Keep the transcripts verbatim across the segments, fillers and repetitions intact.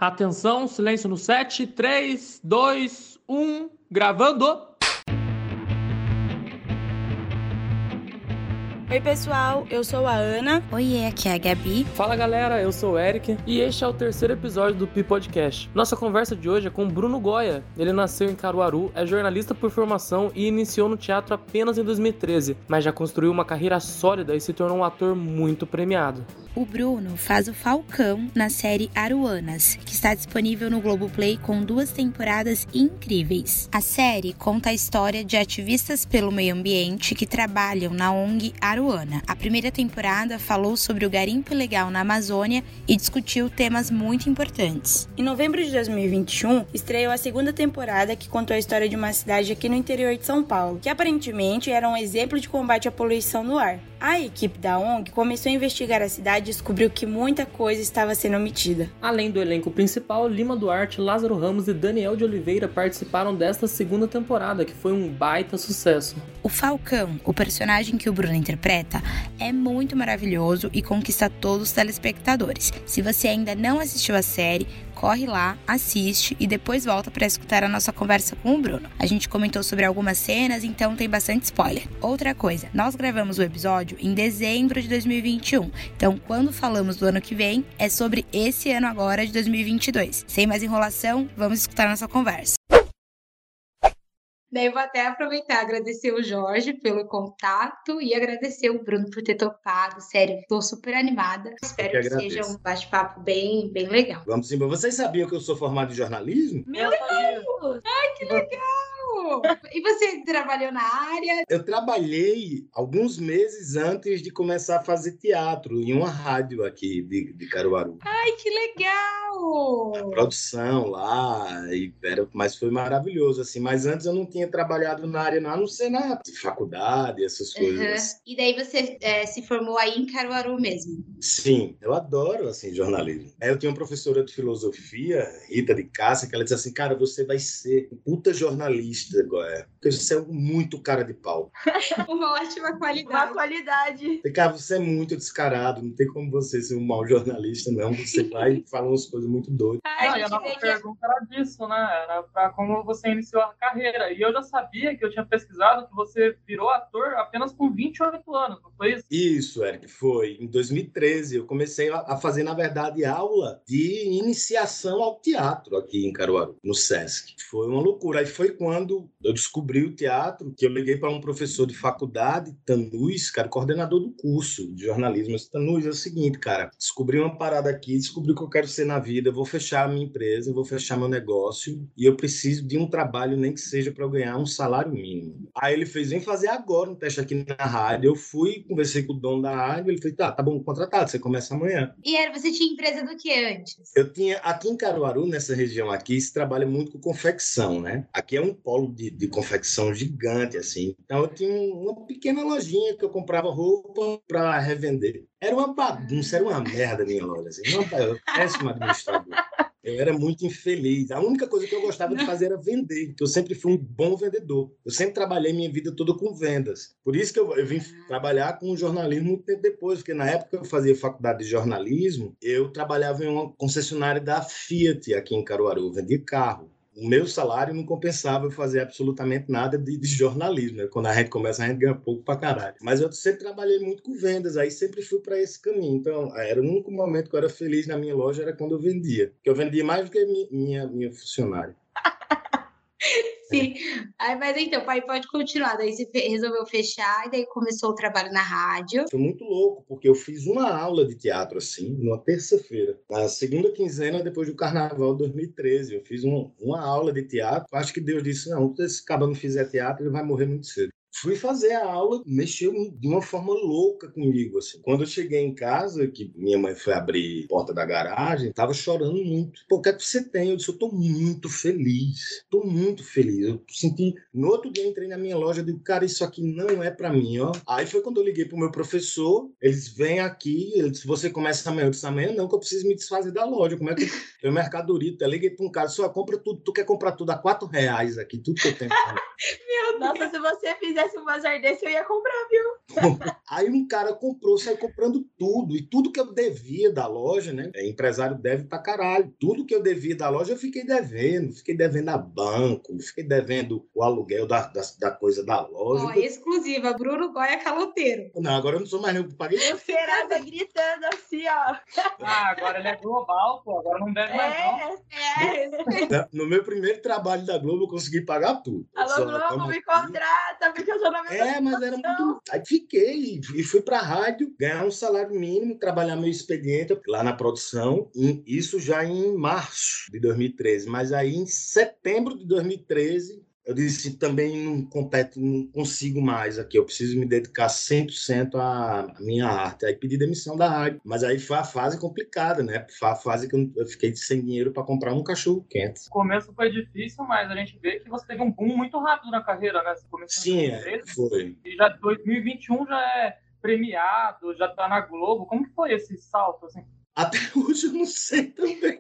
Atenção, silêncio no set. três, dois, um, gravando. Oi pessoal, eu sou a Ana. Oi, aqui é a Gabi. Fala galera, eu sou o Eric e este é o terceiro episódio do Pi Podcast. Nossa conversa de hoje é com Bruno Goya. Ele nasceu em Caruaru, é jornalista por formação e iniciou no teatro apenas em dois mil e treze, mas já construiu uma carreira sólida e se tornou um ator muito premiado. O Bruno faz o Falcão na série Aruanas, que está disponível no Globoplay com duas temporadas incríveis. A série conta a história de ativistas pelo meio ambiente que trabalham na O N G Aruana. A primeira temporada falou sobre o garimpo ilegal na Amazônia e discutiu temas muito importantes. Em novembro de dois mil e vinte e um, estreou a segunda temporada que contou a história de uma cidade aqui no interior de São Paulo, que aparentemente era um exemplo de combate à poluição no ar. A equipe da O N G começou a investigar a cidade e descobriu que muita coisa estava sendo omitida. Além do elenco principal, Lima Duarte, Lázaro Ramos e Daniel de Oliveira participaram desta segunda temporada, que foi um baita sucesso. O Falcão, o personagem que o Bruno interpreta, é muito maravilhoso e conquista todos os telespectadores. Se você ainda não assistiu a série, corre lá, assiste e depois volta para escutar a nossa conversa com o Bruno. A gente comentou sobre algumas cenas, então tem bastante spoiler. Outra coisa, nós gravamos o episódio em dezembro de dois mil e vinte e um, então quando falamos do ano que vem, é sobre esse ano agora de dois mil e vinte e dois. Sem mais enrolação, vamos escutar a nossa conversa. Daí eu vou até aproveitar e agradecer o Jorge pelo contato e agradecer o Bruno por ter topado. Sério, tô super animada. Espero que, que seja um bate-papo bem, bem legal. Vamos embora. Vocês sabiam que eu sou formado em jornalismo? Meu Deus! Ai, que legal! E você trabalhou na área? Eu trabalhei alguns meses antes de começar a fazer teatro em uma rádio aqui de, de Caruaru. Ai, que legal! A produção lá, e era, mas foi maravilhoso, assim. Mas antes eu não tinha trabalhado na área, não, a não ser na faculdade, essas coisas. Uhum. E daí você é, se formou aí em Caruaru mesmo? Sim, eu adoro, assim, jornalismo. Aí eu tinha uma professora de filosofia, Rita de Cássia, que ela disse assim, cara, você vai ser um puta jornalista agora, porque você é muito cara de pau. Uma ótima qualidade. Uma qualidade. Cara, você é muito descarado, não tem como você ser um mau jornalista, não. Você vai e fala umas coisas muito doidas. Ai, não, e a nossa pergunta que... era disso, né? Era pra como você iniciou a carreira. E eu já sabia que eu tinha pesquisado que você virou ator apenas com vinte e oito anos, não foi isso? Isso, Eric, foi. Em dois mil e treze, eu comecei a fazer, na verdade, aula de iniciação ao teatro aqui em Caruaru, no Sesc. Foi uma loucura. Aí foi quando eu descobri o teatro, que eu liguei para um professor de faculdade, Tanus, cara, coordenador do curso de jornalismo. Eu disse, Tanus, é o seguinte, cara, descobri uma parada aqui, descobri o que eu quero ser na vida, eu vou fechar a minha empresa, vou fechar meu negócio e eu preciso de um trabalho, nem que seja para eu ganhar um salário mínimo. Aí ele fez, vem fazer agora um teste aqui na rádio. Eu fui, conversei com o dono da rádio, ele fez, tá, tá bom, contratado, você começa amanhã. E era, você tinha empresa do que antes? Eu tinha, aqui em Caruaru, nessa região aqui, se trabalha muito com confecção, né? Aqui é um polo de, de confecção gigante, assim. Então eu tinha uma pequena lojinha que eu comprava roupa para revender. Era uma bagunça, era uma merda a minha loja, assim. Uma péssima administrador. Eu era muito infeliz. A única coisa que eu gostava de fazer era vender, porque eu sempre fui um bom vendedor. Eu sempre trabalhei minha vida toda com vendas. Por isso que eu, eu vim trabalhar com jornalismo muito tempo depois, porque na época que eu fazia faculdade de jornalismo, eu trabalhava em uma concessionária da Fiat aqui em Caruaru, eu vendia carro. O meu salário não compensava eu fazer absolutamente nada de, de jornalismo, né? Quando a gente começa, a gente ganha pouco pra caralho. Mas eu sempre trabalhei muito com vendas, aí sempre fui para esse caminho. Então, era o único momento que eu era feliz na minha loja, era quando eu vendia. Porque eu vendia mais do que minha, minha funcionária. Sim. Aí, mas então, pai, pode continuar. Daí você resolveu fechar e daí começou o trabalho na rádio. Foi muito louco, porque eu fiz uma aula de teatro, assim, numa terça-feira. Na segunda quinzena, depois do Carnaval de dois mil e treze. Eu fiz um, uma aula de teatro. Acho que Deus disse, não, se esse cara não fizer teatro, ele vai morrer muito cedo. Fui fazer a aula, mexeu de uma forma louca comigo, assim. Quando eu cheguei em casa, que minha mãe foi abrir a porta da garagem, tava chorando muito. Pô, o que é que você tem? Eu disse, eu tô muito feliz. Tô muito feliz. Eu senti... No outro dia, eu entrei na minha loja e digo, cara, isso aqui não é pra mim, ó. Aí foi quando eu liguei pro meu professor, eles vêm aqui, ele disse, você começa amanhã. Eu disse, amanhã não, que eu preciso me desfazer da loja. Como é que eu... Eu mercadoria. Eu liguei pra um cara, só compra tudo. Tu quer comprar tudo a quatro reais aqui, tudo que eu tenho. Meu Deus, nossa, se você fizer fizesse um bazar desse, eu ia comprar, viu? Aí um cara comprou, saiu comprando tudo. E tudo que eu devia da loja, né? É, empresário deve pra caralho. Tudo que eu devia da loja, eu fiquei devendo. Fiquei devendo a banco, fiquei devendo o aluguel da, da, da coisa da loja. Ó, exclusiva, Bruno Goya caloteiro. Não, agora eu não sou mais nem eu paguei. O Serasa gritando assim, ó. Ah, agora ele é global, pô. Agora não deve mais não. É, é. No meu primeiro trabalho da Globo, eu consegui pagar tudo. Alô, Só- Globo, me aqui. contrata, porque eu sou na mesma É, mas era muito. Aí fiquei e fui para a rádio, ganhar um salário mínimo, trabalhar meu expediente lá na produção, e isso já em março de dois mil e treze. Mas aí em setembro de dois mil e treze, eu disse também não compete, não consigo mais aqui, eu preciso me dedicar cem por cento à minha arte. Aí pedi demissão da rádio, mas aí foi a fase complicada, né? Foi a fase que eu fiquei sem dinheiro para comprar um cachorro quente. O começo foi difícil, mas a gente vê que você teve um boom muito rápido na carreira, né? Você começou Sim, em é, dois mil e treze, foi. e já dois mil e vinte e um já é premiado, já tá na Globo. Como que foi esse salto, assim? Até hoje eu não sei também.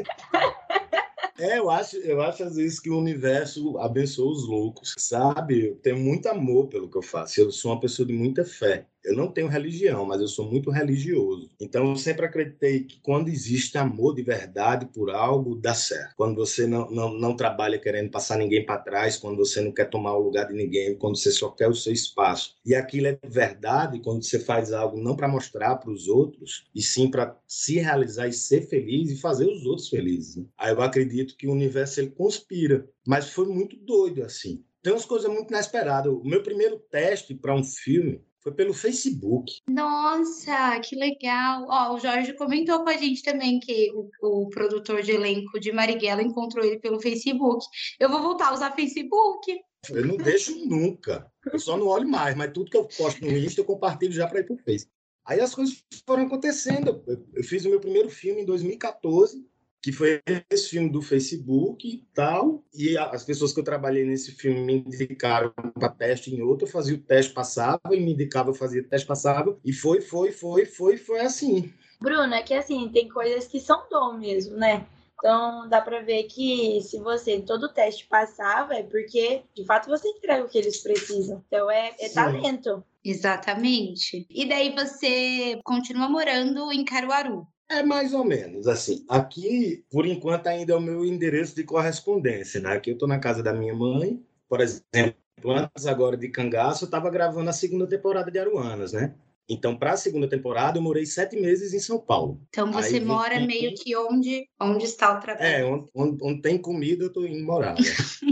É, eu acho, eu acho às vezes que o universo abençoa os loucos, sabe? Eu tenho muito amor pelo que eu faço. Eu sou uma pessoa de muita fé. Eu não tenho religião, mas eu sou muito religioso. Então, eu sempre acreditei que quando existe amor de verdade por algo, dá certo. Quando você não, não, não trabalha querendo passar ninguém para trás, quando você não quer tomar o lugar de ninguém, quando você só quer o seu espaço. E aquilo é verdade quando você faz algo não para mostrar para os outros, e sim para se realizar e ser feliz e fazer os outros felizes. Né? Aí eu acredito que o universo ele conspira. Mas foi muito doido, assim. Tem umas coisas muito inesperadas. O meu primeiro teste para um filme foi pelo Facebook. Nossa, que legal. Ó, o Jorge comentou com a gente também que o, o produtor de elenco de Marighella encontrou ele pelo Facebook. Eu vou voltar a usar Facebook. Eu não deixo nunca. Eu só não olho mais, mas tudo que eu posto no Insta eu compartilho já para ir pro Face. Aí as coisas foram acontecendo. Eu, eu fiz o meu primeiro filme em dois mil e quatorze, que foi esse filme do Facebook e tal, e as pessoas que eu trabalhei nesse filme me indicaram para teste em outro, eu fazia o teste, passava, e me indicava, eu fazia o teste, passava, e foi, foi, foi, foi, foi assim. Bruno, é que assim, tem coisas que são dom mesmo, né? Então, dá pra ver que se você, em todo teste passava, é porque, de fato, você entrega o que eles precisam. Então, é, é talento. Exatamente. E daí você continua morando em Caruaru. É mais ou menos assim. Aqui, por enquanto, ainda é o meu endereço de correspondência, né? Aqui eu estou na casa da minha mãe, por exemplo, antes agora de Cangaço, eu estava gravando a segunda temporada de Aruanas, né? Então, para a segunda temporada, eu morei sete meses em São Paulo. Então você Aí, mora vim- meio que onde, onde está o trabalho. É, onde, onde, onde tem comida, eu estou indo morar. Né?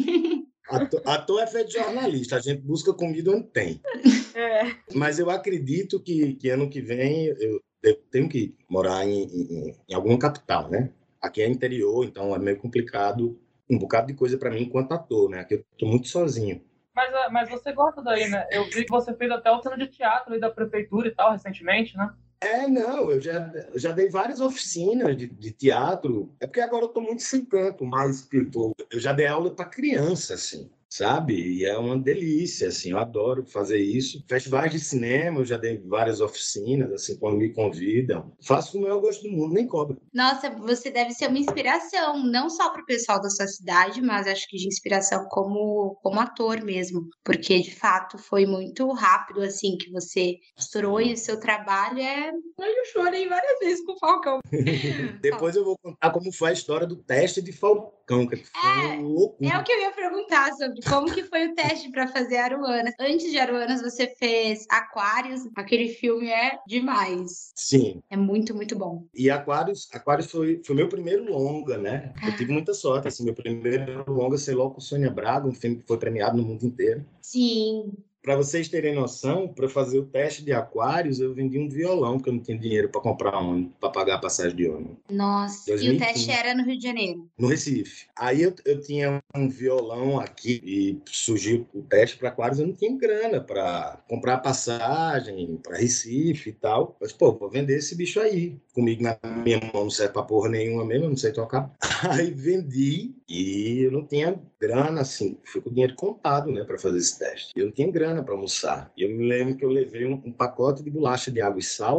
Ator, ator é feito de jornalista, a gente busca comida onde tem. É. Mas eu acredito que, que ano que vem eu, eu tenho que morar em, em, em alguma capital, né? Aqui é interior, então é meio complicado, um bocado de coisa para mim enquanto ator, né? Aqui eu estou muito sozinho. Mas, mas você gosta daí, né? Eu vi que você fez até o cena de teatro aí da prefeitura e tal, recentemente, né? É, não, eu já, eu já dei várias oficinas de, de teatro. É porque agora eu estou muito sem tempo, mas tipo, eu já dei aula para criança, assim, sabe? E é uma delícia, assim, eu adoro fazer isso. Festivais de cinema, eu já dei várias oficinas, assim, quando me convidam. Faço com o maior gosto do mundo, nem cobro. Nossa, você deve ser uma inspiração, não só para o pessoal da sua cidade, mas acho que de inspiração como, como ator mesmo, porque de fato foi muito rápido assim que você estourou e o seu trabalho é. Eu chorei várias vezes com o Falcão. Depois eu vou contar como foi a história do teste de Falcão, que foi É, uma loucura. É o que eu ia perguntar sobre como que foi o teste para fazer Aruanas. Antes de Aruanas você fez Aquários, aquele filme é demais. Sim. É muito, muito bom. E Aquários, Aquários foi, foi meu primeiro longa, né? Eu tive muita sorte, assim, meu primeiro longa sei logo com Sônia Braga, um filme que foi premiado no mundo inteiro. Sim. Para vocês terem noção, para fazer o teste de Aquários, eu vendi um violão, porque eu não tinha dinheiro para comprar um, para pagar a passagem de ônibus. Nossa, dois mil e e o teste quinze. era no Rio de Janeiro? No Recife. Aí eu, eu tinha um violão aqui e surgiu o teste para Aquários, eu não tinha grana para comprar passagem para Recife e tal. Mas, pô, vou vender esse bicho aí. Comigo na minha mão não serve para porra nenhuma mesmo, eu não sei tocar. Aí vendi e eu não tinha grana, assim, fui com o dinheiro contado, né, para fazer esse teste. Eu não tinha grana para almoçar. E eu me lembro que eu levei um, um pacote de bolacha de água e sal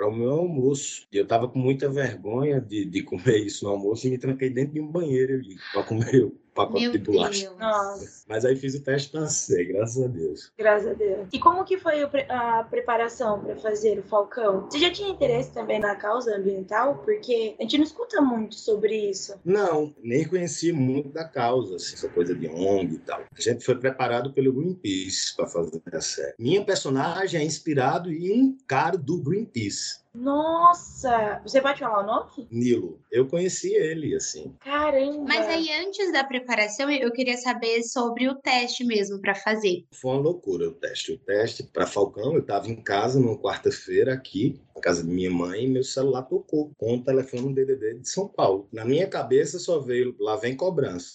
para o meu almoço. E eu estava com muita vergonha de, de comer isso no almoço e me tranquei dentro de um banheiro para comer o pacote Meu de bolacha. Deus. Nossa, Mas aí fiz o teste e passei, graças a Deus. graças a Deus. E como que foi o pre- a preparação para fazer o Falcão? Você já tinha interesse também na causa ambiental? Porque a gente não escuta muito sobre isso. Não, nem conhecia muito da causa, assim, essa coisa de O N G e tal. A gente foi preparado pelo Greenpeace para fazer a série. Minha personagem é inspirado em um cara do Greenpeace, Nossa! Você pode falar o nome? Nilo. Eu conheci ele, assim. Caramba! Mas aí, antes da preparação, eu queria saber sobre o teste mesmo para fazer. Foi uma loucura o teste. O teste para Falcão, eu estava em casa numa quarta-feira aqui, na casa de minha mãe, e meu celular tocou com o telefone D D D de São Paulo. Na minha cabeça só veio, lá vem cobrança.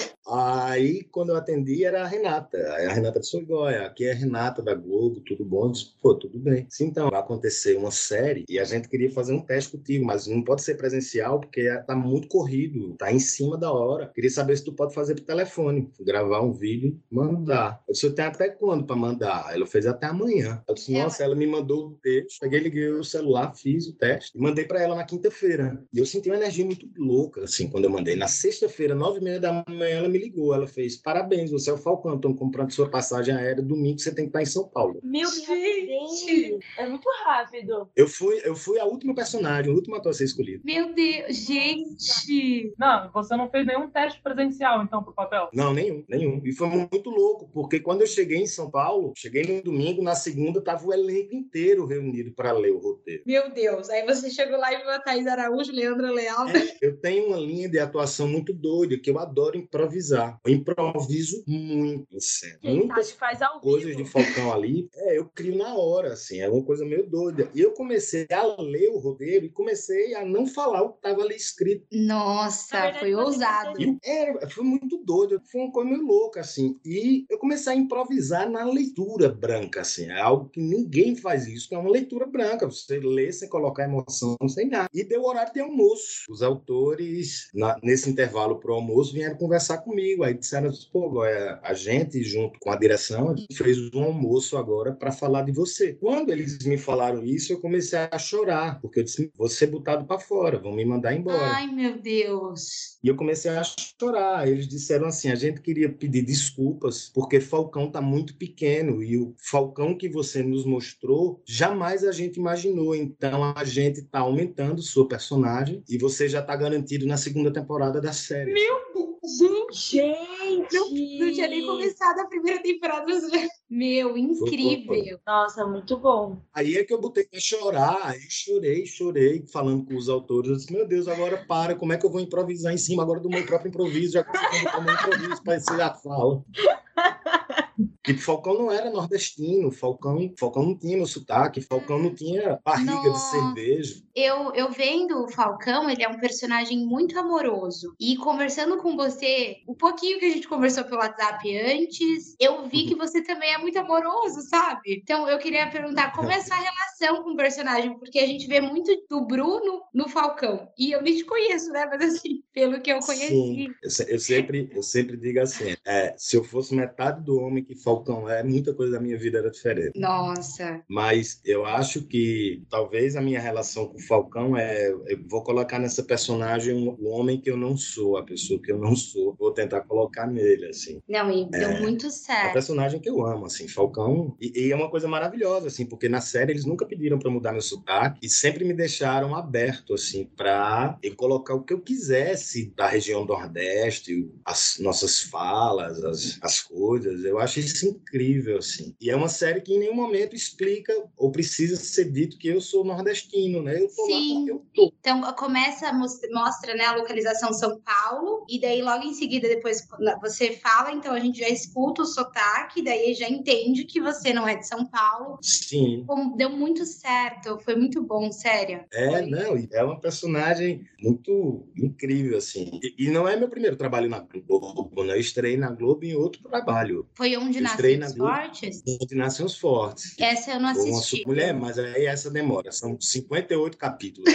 Aí, quando eu atendi, era a Renata. Aí a Renata disse, oi, Goya, aqui é a Renata da Globo, tudo bom? Eu disse, pô, tudo bem. Sim, então, vai acontecer uma série e a gente queria fazer um teste contigo, mas não pode ser presencial porque tá muito corrido, tá em cima da hora. Queria saber se tu pode fazer por telefone, gravar um vídeo e mandar. Eu disse, eu tenho até quando para mandar? Ela fez até amanhã. Eu disse, nossa, ela me mandou o texto, peguei, liguei o celular, fiz o teste e mandei para ela na quinta-feira. E eu senti uma energia muito louca, assim, quando eu mandei. Na sexta-feira, nove e meia da manhã, ela me ligou, ela fez, parabéns, você é o Falcão, estão comprando sua passagem aérea, domingo você tem que estar em São Paulo. Meu Deus! É muito rápido. Eu fui, eu fui a última personagem, o último ator a ser escolhido. Meu Deus, gente! Não, você não fez nenhum teste presencial, então, pro papel? Não, nenhum, nenhum. E foi muito louco, porque quando eu cheguei em São Paulo, cheguei no domingo, na segunda estava o elenco inteiro reunido para ler o roteiro. Meu Deus! Aí você chegou lá e viu a Thaís Araújo, Leandra Leal. É, eu tenho uma linha de atuação muito doida, que eu adoro improvisar. Eu improviso muito em cena. Quem Muitas sabe faz ao coisas vivo. de Falcão ali, é, eu crio na hora, assim, é uma coisa meio doida. E eu comecei a ler o roteiro e comecei a não falar o que estava ali escrito. Nossa, Na verdade, foi você ousado. fez- E, é, foi muito doido, foi uma coisa meio louca, assim. E eu comecei a improvisar na leitura branca, assim, é algo que ninguém faz isso, que é uma leitura branca, você lê sem colocar emoção, sem nada. E deu horário de almoço. Os autores, na, nesse intervalo pro almoço, vieram conversar comigo, aí disseram, pô, é, a gente, junto com a direção, a gente fez um almoço agora para falar de você. Quando eles me falaram isso, eu comecei a chorar, porque eu disse, vou ser botado para fora, vão me mandar embora. Ai, meu Deus. E eu comecei a chorar. Eles disseram assim, a gente queria pedir desculpas, porque Falcão está muito pequeno, e o Falcão que você nos mostrou, jamais a gente imaginou. Então, a gente está aumentando sua personagem, e você já está garantido na segunda temporada da série. Meu Gente! Não, não tinha nem começado a primeira temporada. Meu, incrível. Nossa, muito bom. Aí é que eu botei pra chorar, aí chorei, chorei, falando com os autores. Eu disse, meu Deus, agora para, como é que eu vou improvisar em cima agora do meu próprio improviso, já que eu botar meu improviso para ser a fala. Tipo, Falcão não era nordestino, Falcão, Falcão não tinha meu sotaque, Falcão não tinha barriga Nossa. de cerveja. Eu, eu vendo o Falcão, ele é um personagem muito amoroso. E conversando com você, o pouquinho que a gente conversou pelo WhatsApp antes, eu vi que você também é muito amoroso, sabe? Então eu queria perguntar como é a sua relação com o personagem, porque a gente vê muito do Bruno no Falcão. E eu nem te conheço, né? Mas assim, pelo que eu conheci. Sim, eu, se- eu sempre, eu sempre digo assim, é, se eu fosse metade do homem que Falcão é, muita coisa da minha vida era diferente. Nossa. Mas eu acho que talvez a minha relação com o Falcão é. Eu vou colocar nessa personagem um- o homem que eu não sou, a pessoa que eu não sou. Vou tentar colocar nele, assim. Não, e deu muito É um certo. personagem que eu amo, assim, Falcão. E, e é uma coisa maravilhosa, assim, porque na série eles nunca pediram para mudar meu sotaque e sempre me deixaram aberto, assim, para eu colocar o que eu quisesse da região do Nordeste, as nossas falas, as, as coisas. Eu acho isso incrível, assim. E é uma série que em nenhum momento explica ou precisa ser dito que eu sou nordestino, né? Eu tô Sim. lá porque eu tô. Então começa, mos- mostra, né, a localização São Paulo, e daí logo em seguida, depois na- você fala, então a gente já escuta o sotaque, daí já entende que você não é de São Paulo. Sim. Como deu muito certo, foi muito bom, sério. É, não, e é uma personagem muito incrível, assim. E, e não é meu primeiro trabalho na Globo, né? Eu estreiei na Globo em outro trabalho. Foi onde Eu na estreia na Nascem os Globo. Fortes? Onde Nascem os Fortes. Essa eu não Foi uma assisti. super mulher, mas aí essa demora. São cinquenta e oito capítulos.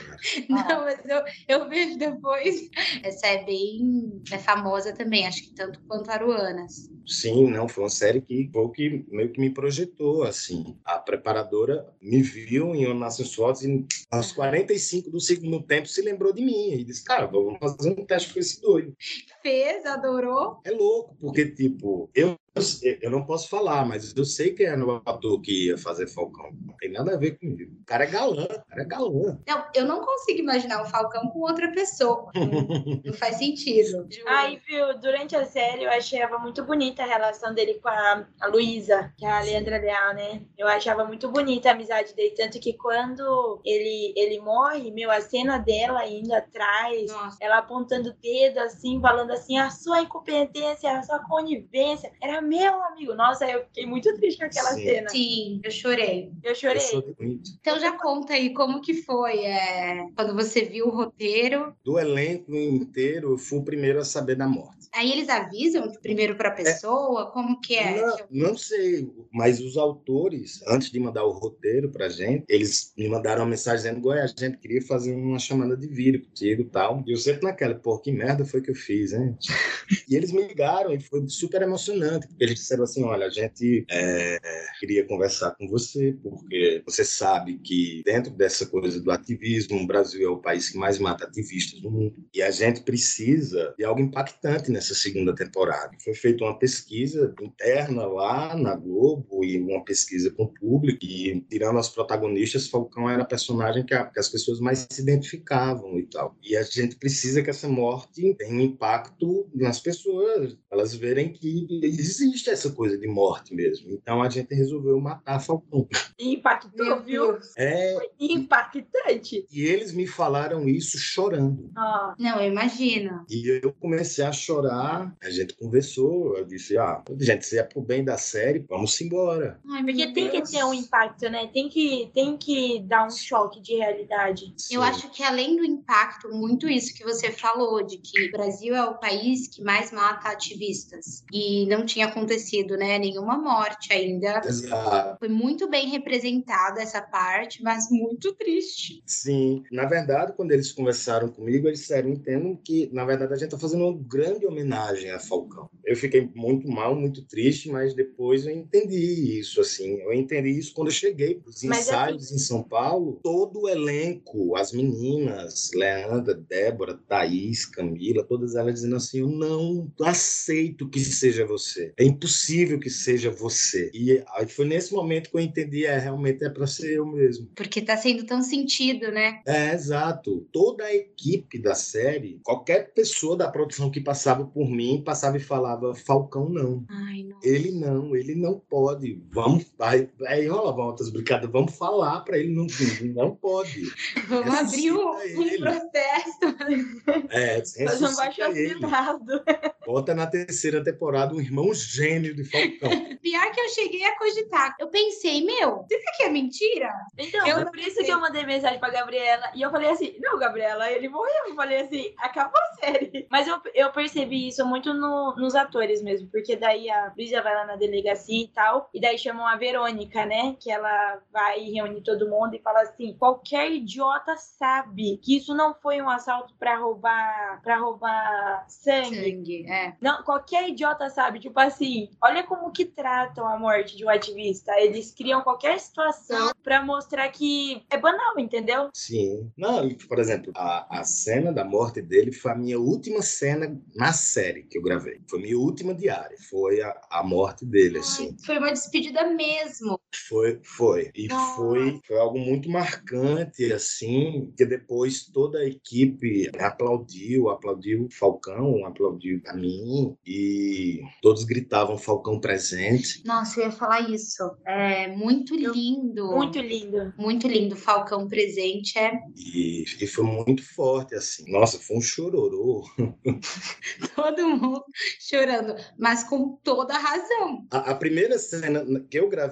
Não, mas eu, eu vejo depois. Essa é bem é famosa também, acho que tanto quanto Aruanas. Sim, não, foi uma série que foi o que meio que me projetou, assim. A preparadora me viu em Onde Nascem os Fortes e aos quarenta e cinco do segundo tempo se lembrou de mim e disse, cara, vamos fazer um teste com esse doido. Fez, adorou. É louco, porque, tipo, eu, eu não posso falar, mas eu sei quem era o ator que ia fazer Falcão. Não tem nada a ver comigo. O cara é galã, o cara é galã. Não, eu não consigo imaginar o Falcão com outra pessoa. Não, não faz sentido. Juro. Aí, viu, durante a série eu achava muito bonita a relação dele com a, a Luísa, que é a Leandra Leal, né? Eu achava muito bonita a amizade dele, tanto que quando ele, ele morre, meu, a cena dela indo atrás, Nossa. ela apontando o dedo assim, falando assim, a sua incompetência, a sua conivência, era meu amigo. Nossa, eu fiquei muito triste com aquela Sim. cena. Sim, eu chorei. Eu Eu chorei. chorei muito. Então já conta aí como que foi é, quando você viu o roteiro. Do elenco inteiro, eu fui o primeiro a saber da morte. Aí eles avisam primeiro para a pessoa, como que é? Não, não sei, mas os autores, antes de mandar o roteiro pra gente, eles me mandaram uma mensagem dizendo, Goiás, a gente queria fazer uma chamada de vídeo contigo e tal. E eu sempre naquela, pô, que merda foi que eu fiz, hein? E eles me ligaram e foi super emocionante, porque eles disseram assim, olha, a gente é, queria conversar com você, porque você sabe que dentro dessa coisa do ativismo, o Brasil é o país que mais mata ativistas no mundo. E a gente precisa de algo impactante nessa segunda temporada. Foi feita uma pesquisa interna lá na Globo e uma pesquisa com o público e, tirando as protagonistas, Falcão era a personagem que, a, que as pessoas mais se identificavam e tal. E a gente precisa que essa morte tenha um impacto nas pessoas, elas verem que existe essa coisa de morte mesmo. Então a gente resolveu matar Falcão. Impactou, Meu viu? Deus. É, Foi impactante. e eles me falaram isso chorando. Ah, Não, eu imagino. E eu comecei a chorar, a gente conversou, eu disse, ah, gente, se é pro bem da série, vamos embora. Ai, porque meu tem Deus. que ter um impacto, né? Tem que, tem que dar um choque de realidade. Eu acho que além do impacto, muito isso que você falou, de que o Brasil é o país que mais mata ativistas. E não tinha acontecido, né, nenhuma morte ainda. Exato. Foi muito bem representada essa parte, mas muito triste. Sim, na verdade, quando eles conversaram comigo, eles disseram, entendam que, na verdade, a gente está fazendo uma grande homenagem a Falcão. Eu fiquei muito mal, muito triste, mas depois eu entendi isso, assim. Eu entendi isso quando eu cheguei para os ensaios assim, em São Paulo. Todo o elenco, as meninas, Leandra, Débora, Thaís, Camila, todas elas dizendo assim, eu não aceito que seja você. É impossível que seja você. E aí foi nesse momento que eu entendi, é, realmente é para ser eu mesmo. Porque tá sendo tão sentido, né? É, exato. Toda a equipe da série, qualquer pessoa da produção que passava por mim, passava e falava, Falcão não. Ai, não. Ele não, ele não pode. Vamos, aí, aí rola outras brincadeiras, vamos falar para ele, não, não pode. Vamos abrir um, um ele. processo. É, Fazer um baixo ressuscita ele. assinado. Bota na terceira temporada um irmão gênio de Falcão. Pior que eu cheguei a cogitar. Eu pensei, meu, será que é mentira? Então, Eu foi não por isso sei. que eu mandei mensagem pra Gabriela. E eu falei assim, não, Gabriela, ele morreu. Eu falei assim, acabou a série. Mas eu, eu percebi isso muito no, nos atores mesmo. Porque daí a Luísa vai lá na delegacia e tal. E daí chamam a Verônica, né? Que ela vai reunir todo mundo e fala assim, qualquer idiota sabe que isso não foi um assalto pra roubar, pra roubar sangue. Sangue, é. Não, qualquer idiota sabe, tipo assim, olha como que tratam a morte de um ativista. Eles criam qualquer situação pra mostrar que é banal, entendeu? Sim. Não, e, por exemplo, a, a cena da morte dele foi a minha última cena na série que eu gravei. Foi a minha última diária. Foi a, a morte dele, assim. Ai, foi uma despedida mesmo. Foi, foi. E Nossa. foi, foi algo muito marcante, assim, que depois toda a equipe aplaudiu, aplaudiu o Falcão, aplaudiu a mim, e todos gritavam Falcão presente. Nossa, eu ia falar isso. É muito Eu- lindo. Muito lindo. Muito lindo. Falcão presente é E, e foi muito forte, assim. Nossa, foi um chororô. todo mundo chorando, mas com toda a razão. A, a primeira cena que eu gravei de Falcão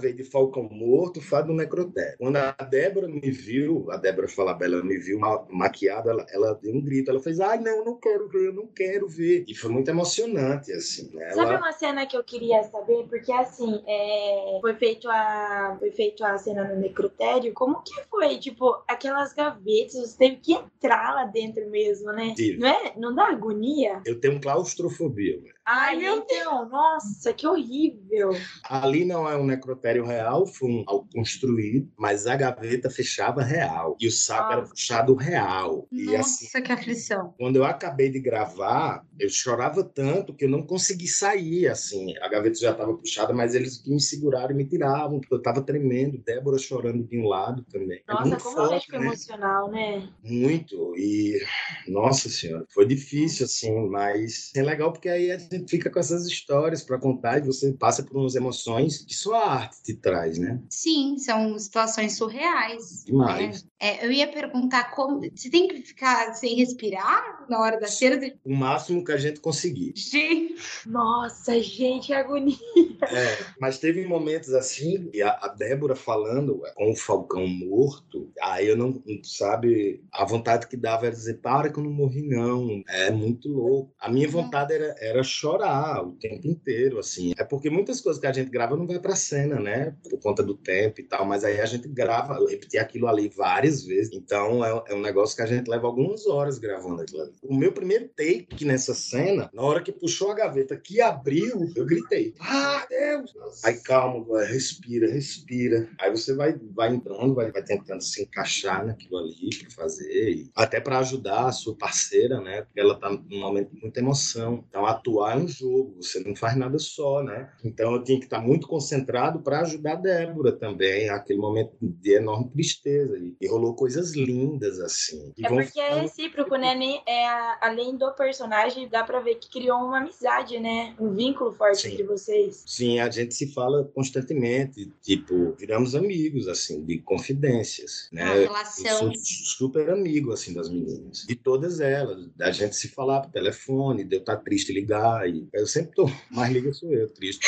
Falcão morto faz do necrotério. Quando a Débora me viu, a Débora Falabella me viu ma- maquiada, ela, ela deu um grito, ela fez, ai, não, eu não quero ver, eu não quero ver. E foi muito emocionante, assim, né? Sabe Ela... uma cena que eu queria saber? Porque, assim, é, foi, feito a, foi feito a cena no necrotério. Como que foi? Tipo, aquelas gavetas, você teve que entrar lá dentro mesmo, né? Tive. Não é? Não dá agonia? Eu tenho claustrofobia, velho. Ai, meu então, nossa, que horrível. Ali não é um necrotério real, foi um algo construído, mas a gaveta fechava real. E o saco era Nossa. puxado real. E Nossa, assim, que aflição. quando eu acabei de gravar, eu chorava tanto que eu não consegui sair, assim. A gaveta já estava puxada, mas eles me seguraram e me tiravam, porque eu estava tremendo. Débora chorando de um lado também. É Nossa, muito como forte, médico né? emocional, né? Muito. E, nossa senhora, foi difícil, assim, mas é legal porque aí a gente fica com essas histórias para contar e você passa por umas emoções que só a arte te traz, né? Sim, são situações surreais. Demais. Né? É, eu ia perguntar como. Você tem que ficar sem respirar na hora da cena? De... O máximo que a gente conseguir. Gente, Nossa, gente, que agonia. É, mas teve momentos assim, e a, a Débora falando com o Falcão morto, aí eu não, sabe, a vontade que dava era dizer, para que eu não morri não, é muito louco. A minha vontade era, era chorar o tempo inteiro, assim. É porque muitas coisas que a gente grava não vai pra cena, né, por conta do tempo e tal, mas aí a gente grava, eu repeti aquilo ali várias vezes, então é, é um negócio que a gente leva algumas horas gravando aquilo ali. O meu primeiro take nessa cena, na hora que puxou a gaveta que abriu, eu gritei, ah, Deus! Aí calma, vai, respira, respira. Aí você vai, vai entrando, vai, vai tentando se encaixar naquilo ali para fazer, e até para ajudar a sua parceira, né? Porque ela tá num momento de muita emoção. Então atuar é um jogo, você não faz nada só, né? Então eu tinha que estar muito concentrado para ajudar a Débora também, aquele momento de enorme tristeza. E, e rolou coisas lindas assim. E É vão porque é ficando... recíproco, né? Nem, é, além do personagem, dá pra ver que criou uma amizade, né? Um vínculo forte Sim. entre vocês. Sim, a gente se fala constantemente, tipo, viramos amigos, assim, de confidências, né? uma relação. Eu sou super amigo, assim, das meninas. De todas elas. A gente se falar por telefone, de eu estar triste ligar. E eu sempre tô, mais liga sou eu, triste.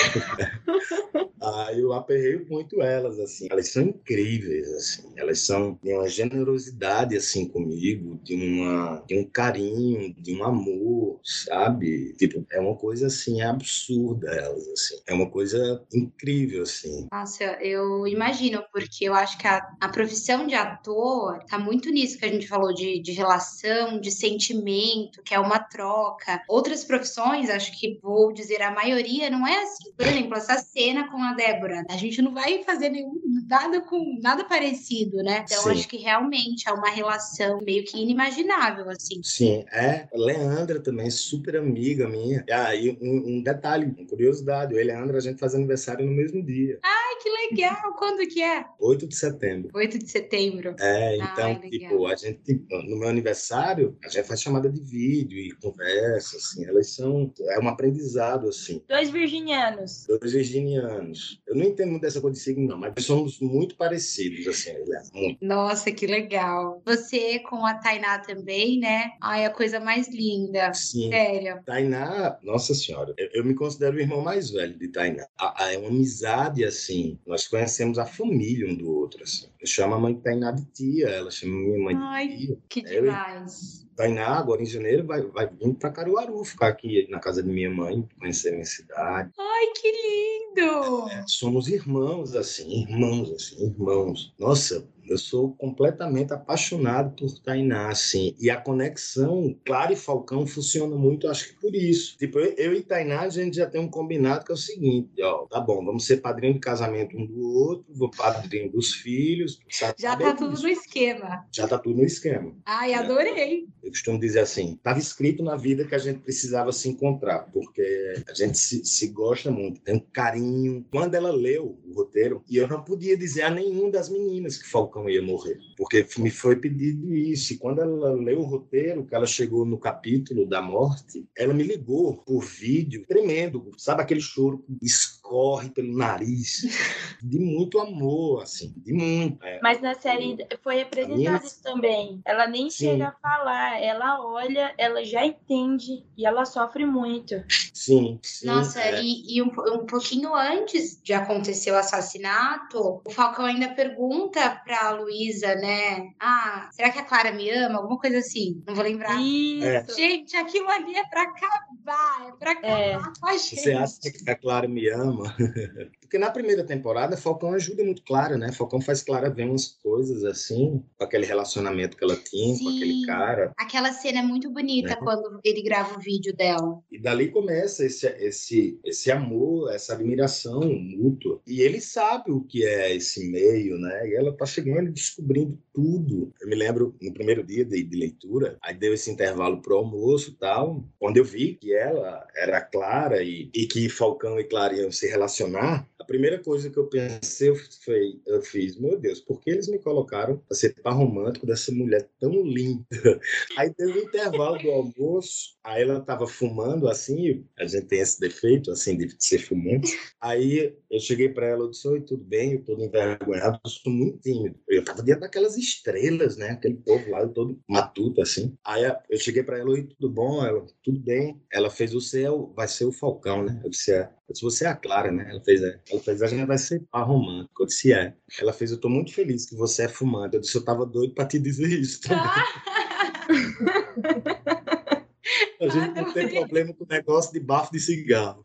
Aí eu aperreio muito elas, assim. Elas são incríveis, assim. Elas são de uma generosidade, assim, comigo, de, uma, de um carinho, de um amor, sabe? Tipo, é uma coisa, assim, absurda, elas, assim. É uma coisa incrível, assim. Nossa, eu imagino, porque eu acho que a, a profissão de ator tá muito nisso que a gente falou de, de relação, de sentimento, que é uma troca. Outras profissões, acho que vou dizer a maioria, não é assim. Por exemplo, essa cena com a Débora, a gente não vai fazer nenhum, nada com nada parecido, né? Então, Sim. acho que realmente é uma relação meio que inimaginável, assim. Sim, é. A Leandra também, super amiga minha. Ah, e um, um detalhe, uma curiosidade, eu e a Leandra, a gente faz aniversário no mesmo dia. Ai, que legal! Quando que é? oito de setembro. oito de setembro. É, então, Ai, legal. tipo, a gente, no meu aniversário, a gente faz chamada de vídeo e conversa, assim, elas são, é um aprendizado, assim. Dois virginianos. Dois virginianos. Eu não entendo muito dessa coisa de signo, não, mas nós somos muito parecidos, assim, Helena, muito. Nossa, que legal. Você com a Tainá também, né? Ai, a coisa mais linda. Sim. Sério. Tainá, nossa senhora, eu, eu me considero o irmão mais velho de Tainá. A, a, é uma amizade, assim, nós conhecemos a família um do outro, assim. Eu chamo a mãe de Tainá de tia, ela chama minha mãe Ai, de tia. que Eu e demais. Tainá, agora em janeiro, vai, vai vir para Caruaru, ficar aqui na casa de minha mãe, conhecer a minha cidade. Ai, que lindo! É, somos irmãos, assim, irmãos, assim, irmãos. Nossa, eu sou completamente apaixonado por Tainá, assim. E a conexão Clara e Falcão funciona muito, acho que por isso. Tipo, eu, eu e Tainá, a gente já tem um combinado que é o seguinte, ó, tá bom, vamos ser padrinho de casamento um do outro, vou padrinho dos filhos. Sabe? Já tá tudo no esquema. Já tá tudo no esquema. Ai, adorei. Eu costumo dizer assim, estava escrito na vida que a gente precisava se encontrar, porque a gente se, se gosta muito, tem um carinho. Quando ela leu o roteiro, e eu não podia dizer a nenhuma das meninas que Falcão ia morrer, porque me foi pedido isso. E quando ela leu o roteiro, que ela chegou no capítulo da morte, ela me ligou por vídeo, tremendo, sabe aquele choro escuro, escorre pelo nariz, de muito amor, assim, de muito. É, Mas na série foi representado minha... isso também. Ela nem Sim. chega a falar, ela olha, ela já entende e ela sofre muito. Sim, sim. Nossa, é. e, e um, um pouquinho antes de acontecer o assassinato, o Falcão ainda pergunta pra Luísa, né? Ah, será que a Clara me ama? Alguma coisa assim, não vou lembrar. Isso. Gente, aquilo ali é pra acabar, é pra acabar É. com a gente. Você acha que a Clara me ama? Porque na primeira temporada, Falcão ajuda muito Clara, né? Falcão faz Clara ver umas coisas assim, com aquele relacionamento que ela tinha Sim. com aquele cara. Aquela cena é muito bonita, né? Quando ele grava o vídeo dela. E dali começa esse, esse, esse amor, essa admiração mútua. E ele sabe o que é esse meio, né? E ela tá chegando e descobrindo tudo. Eu me lembro, no primeiro dia de, de leitura, aí deu esse intervalo pro almoço e tal, quando eu vi que ela era Clara e, e que Falcão e Clara iam se relacionar, a primeira coisa que eu pensei foi, eu fiz, meu Deus, por que eles me colocaram para ser par romântico dessa mulher tão linda? Aí deu um intervalo do almoço, aí ela tava fumando assim, a gente tem esse defeito assim de ser fumante. Aí eu cheguei para ela, eu disse, oi, tudo bem? Eu tô envergonhado, eu sou muito tímido. Eu tava dentro daquelas estrelas, né? Aquele povo lá, todo matuto assim. Aí eu cheguei para ela, oi, tudo bom? Ela, tudo bem. Ela fez, você é o, vai ser o Falcão, né? Eu disse, é. Eu disse, você é a Clara, né? Ela fez, é. Ela fez, a gente vai ser par romântico. Eu disse, é. Ela fez, eu tô muito feliz que você é fumante. Eu disse, eu tava doido para te dizer isso também. A gente não tem problema com o negócio de bafo de cigarro.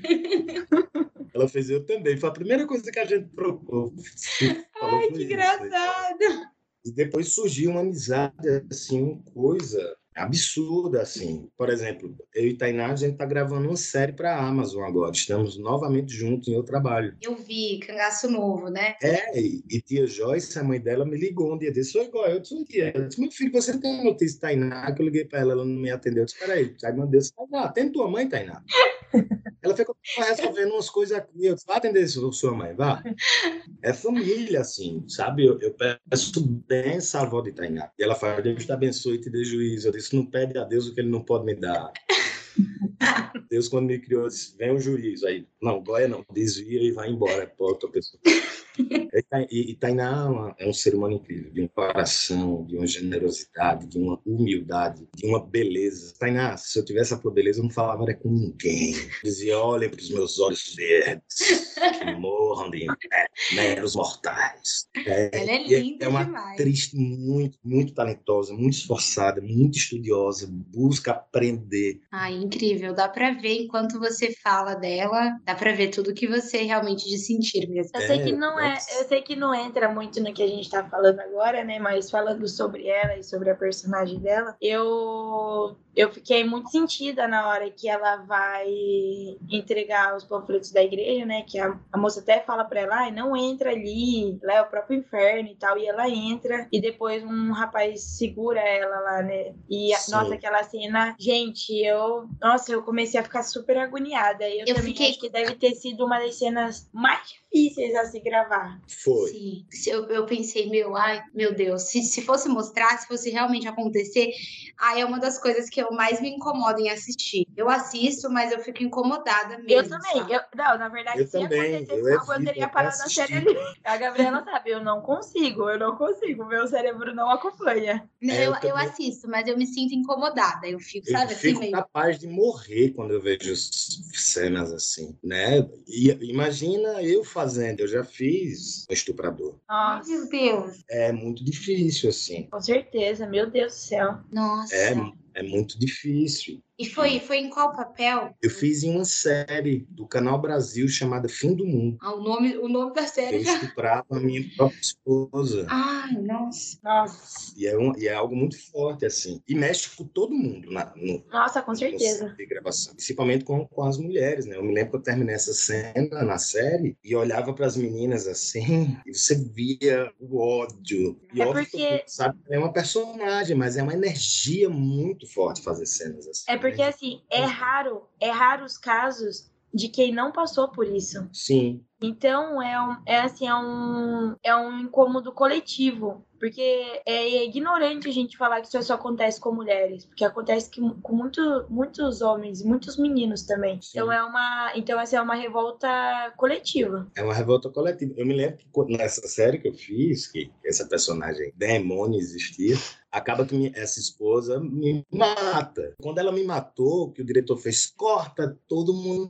Ela fez, eu também. Foi a primeira coisa que a gente trocou. Ai, que engraçado. E depois surgiu uma amizade, assim, uma coisa absurda, assim. Por exemplo, eu e Tainá, a gente tá gravando uma série para a Amazon agora. Estamos novamente juntos em outro trabalho. Eu vi, Cangaço Novo, né? É, e, e tia Joyce, a mãe dela, me ligou um dia desse. Oi, igual, eu disse, tia. Eu disse, meu filho, você não tem notícia de Tainá? Que eu liguei para ela, ela não me atendeu. Eu disse, peraí. Aí mandei, Tainá, tem tua mãe, Tainá? Ela ficou resolvendo umas coisas aqui. Eu disse, vai atender sua mãe, vá. É família, assim, sabe? Eu, eu peço bênção à avó de Tainá. E ela fala, Deus te abençoe e te dê juízo. Eu disse, não pede a Deus o que ele não pode me dar. Deus, quando me criou, disse, vem o juízo. Aí, não, Goia não, desvia e vai embora para outra pessoa. E, e Tainá é um ser humano incrível, de um coração, de uma generosidade, de uma humildade, de uma beleza. Tainá, se eu tivesse a tua beleza, eu não falava era com ninguém. Eu dizia, olhem para os meus olhos verdes, que morram de meros mortais. É, ela é linda é uma demais. atriz muito, muito talentosa, muito esforçada, muito estudiosa, busca aprender. Ai, incrível. Dá pra ver, enquanto você fala dela, dá pra ver tudo que você realmente de sentir mesmo. Eu sei que É, não é, nossa. eu sei que não entra muito no que a gente tá falando agora, né? Mas falando sobre ela e sobre a personagem dela, eu eu fiquei muito sentida na hora que ela vai entregar os panfletos da igreja, né? Que a, a moça até fala pra ela, ai, não entra ali, lá é o próprio inferno e tal. E ela entra e depois um rapaz segura ela lá, né? E, Sim. nossa, aquela cena, gente, eu... Nossa, eu comecei a ficar super agoniada. Eu, Eu também fiquei- acho que deve ter sido uma das cenas mais difíceis a se gravar. Foi. Sim, Se eu, eu pensei, meu, ai, meu Deus, se, se fosse mostrar, se fosse realmente acontecer, ai, é uma das coisas que eu mais me incomodo em assistir. Eu assisto, mas eu fico incomodada mesmo. Eu também. sabe? Eu, não, na verdade, Eu se também, acontecesse eu algo, eu evito teria até parado a série ali. A Gabriela sabe, eu não consigo, eu não consigo. Meu cérebro não acompanha. Não, É, eu eu, eu também. assisto, mas eu me sinto incomodada. Eu fico, Eu sabe, assim, fico meio. capaz de morrer quando eu vejo s- cenas assim, né? E imagina eu fazendo, eu já fiz um estuprador. Ai, Nossa, meu Deus. É muito difícil, assim. com certeza, meu Deus do céu. Nossa. É, é muito difícil. E foi, foi em qual papel? Eu fiz em uma série do Canal Brasil chamada Fim do Mundo. Ah, o nome, o nome da série Eu já. estuprava a minha própria esposa. Ai, nossa. Nossa, E é, um, e é algo muito forte, assim. E mexe com todo mundo na, no, nossa, com no certeza. set de gravação. Principalmente com, com as mulheres, né? Eu me lembro que eu terminei essa cena na série e olhava para as meninas assim e você via o ódio. E É óbvio que porque- todo mundo sabe que é uma personagem, mas é uma energia muito forte fazer cenas assim. É porque, né? assim, é raro, é raro os casos de quem não passou por isso. Sim, Então, é, um, é assim, é um, é um incômodo coletivo. Porque é ignorante a gente falar que isso só acontece com mulheres, porque acontece que, com muito, muitos homens, muitos meninos também. Sim. Então é uma, então essa é uma revolta coletiva. É uma revolta coletiva. Eu me lembro que nessa série que eu fiz, que essa personagem demônio existia, acaba que minha, essa esposa me mata. Quando ela me matou, que o diretor fez, corta todo mundo.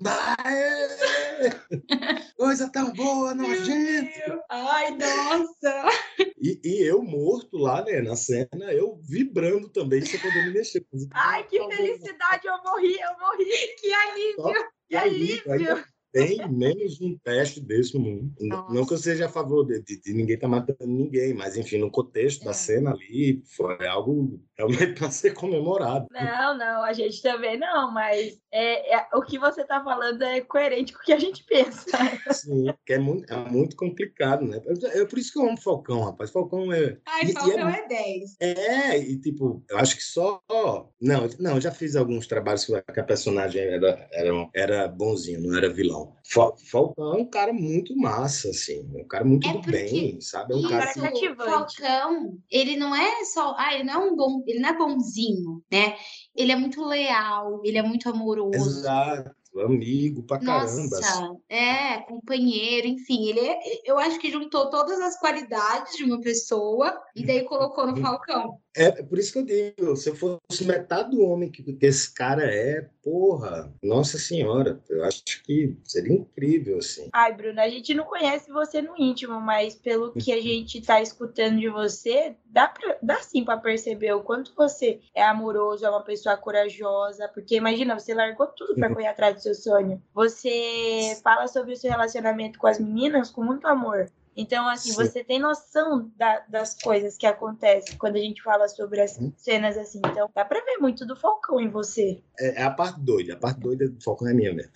Aê! Coisa tão boa, nojento. Ai, nossa. E, e eu morto lá, né, na cena, eu vibrando também, sem poder me mexer. Ai, que felicidade, eu morri, eu morri. Que alívio. Que alívio. Ainda tem menos um teste desse no mundo. Nossa. Não que eu seja a favor de, de, de ninguém estar tá matando ninguém, mas, enfim, no contexto É. da cena ali, foi algo realmente para ser comemorado. Não, não, a gente também não, mas é, é, o que você está falando é coerente com o que a gente pensa. Sim, que é muito, é muito complicado, né? É, é por isso que eu amo Falcão, rapaz. Falcão é... Ai, e- e Falcão é é dez. É, e tipo, eu acho que só. Não, não, eu já fiz alguns trabalhos que a personagem era, era, era bonzinho, não era vilão. Fa- Falcão é um cara muito massa, assim, é um cara muito É do porque bem, sabe? É um cara Isso, que. cativante. Falcão, ele não é só, ah, ele não é um bom, ele não é bonzinho, né? Ele é muito leal, ele é muito amoroso. Exato, amigo pra caramba. assim. Nossa, é, companheiro, enfim, ele é, eu acho que juntou todas as qualidades de uma pessoa e daí colocou no Falcão. É, é por isso que eu digo, se eu fosse metade do homem que, que esse cara é, porra, nossa senhora, eu acho que seria incrível, assim. Ai, Bruna, a gente não conhece você no íntimo, mas pelo que a gente tá escutando de você, dá, pra, dá sim pra perceber o quanto você é amoroso, é uma pessoa corajosa, porque imagina, você largou tudo pra correr atrás do seu sonho. Você fala sobre o seu relacionamento com as meninas com muito amor. Então, assim, Sim. você tem noção da- das coisas que acontecem quando a gente fala sobre as cenas assim. Então, dá pra ver muito do Falcão em você. É, é a parte doida, a parte doida do Falcão é minha mesmo.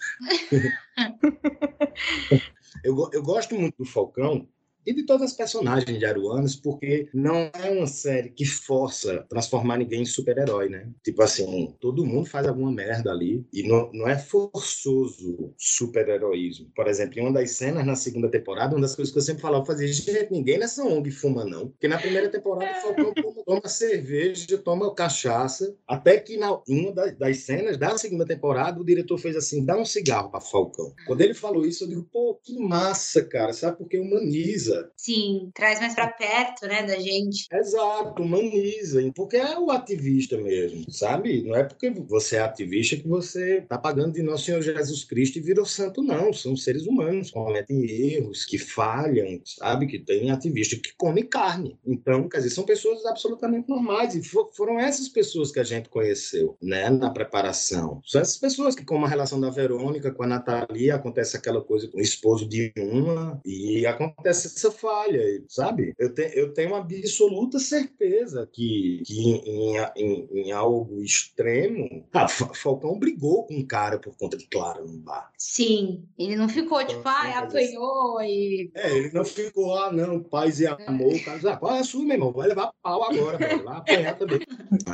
eu, go- eu gosto muito do Falcão e de todas as personagens de Aruanas, porque não é uma série que força transformar ninguém em super-herói, né? Tipo assim, todo mundo faz alguma merda ali e não, não é forçoso super-heroísmo. Por exemplo, em uma das cenas na segunda temporada, uma das coisas que eu sempre falava, eu fazia, gente, ninguém nessa O N G fuma, não. Porque na primeira temporada o Falcão toma, toma cerveja, toma cachaça, até que na, em uma das, das cenas da segunda temporada, o diretor fez assim, dá um cigarro para Falcão. Quando ele falou isso, eu digo, pô, que massa, cara, sabe? Porque humaniza. Sim, traz mais pra perto, né, da gente. Exato, humaniza, porque é o ativista mesmo, sabe? Não é porque você é ativista que você tá pagando de Nosso Senhor Jesus Cristo e virou santo, não. São seres humanos que cometem erros, que falham, sabe? Que tem ativista que come carne. Então, quer dizer, são pessoas absolutamente normais e for, foram essas pessoas que a gente conheceu, né, na preparação. São essas pessoas que, como a relação da Verônica com a Natalia, acontece aquela coisa com o esposo de uma e acontece essa falha, sabe? Eu, te, eu tenho uma absoluta certeza que, que em, em, em algo extremo, ah, Falcão brigou com um cara por conta de Clara no bar. Sim, ele não ficou tipo, ah, apanhou e... É, ele não ficou, ah, não, paz e amor, o cara diz, ah, qual é a sua, meu irmão? Vai levar pau agora, velho, vai apanhar também.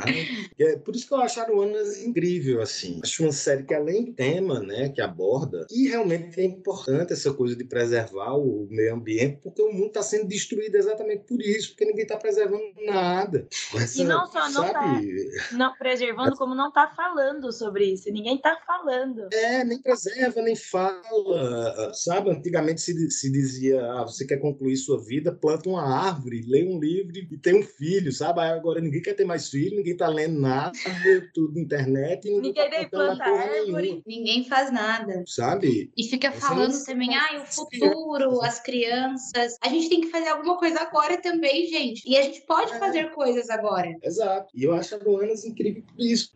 É, por isso que eu acho Aruanas incrível, assim. Acho uma série que, além do tema, né, que aborda, e realmente é importante essa coisa de preservar o meio ambiente, porque o mundo está sendo destruído exatamente por isso, porque ninguém está preservando nada. Essa, E não só não sabe? tá não, preservando, como não tá falando sobre isso. Ninguém tá falando. É, nem preserva, nem fala, sabe? Antigamente se, se dizia, ah, você quer concluir sua vida, planta uma árvore, lê um livro e tem um filho, sabe? Aí agora ninguém quer ter mais filho, ninguém tá lendo nada, tudo na internet, e ninguém, Ninguém tá nem plantando planta porra árvore. nenhuma, Ninguém faz nada. sabe? E fica Essa falando não- também, ah, o futuro, as crianças. A gente tem que fazer alguma coisa agora também, gente. E a gente pode É. fazer coisas agora. Exato. E eu acho a Aruanas incrível por isso.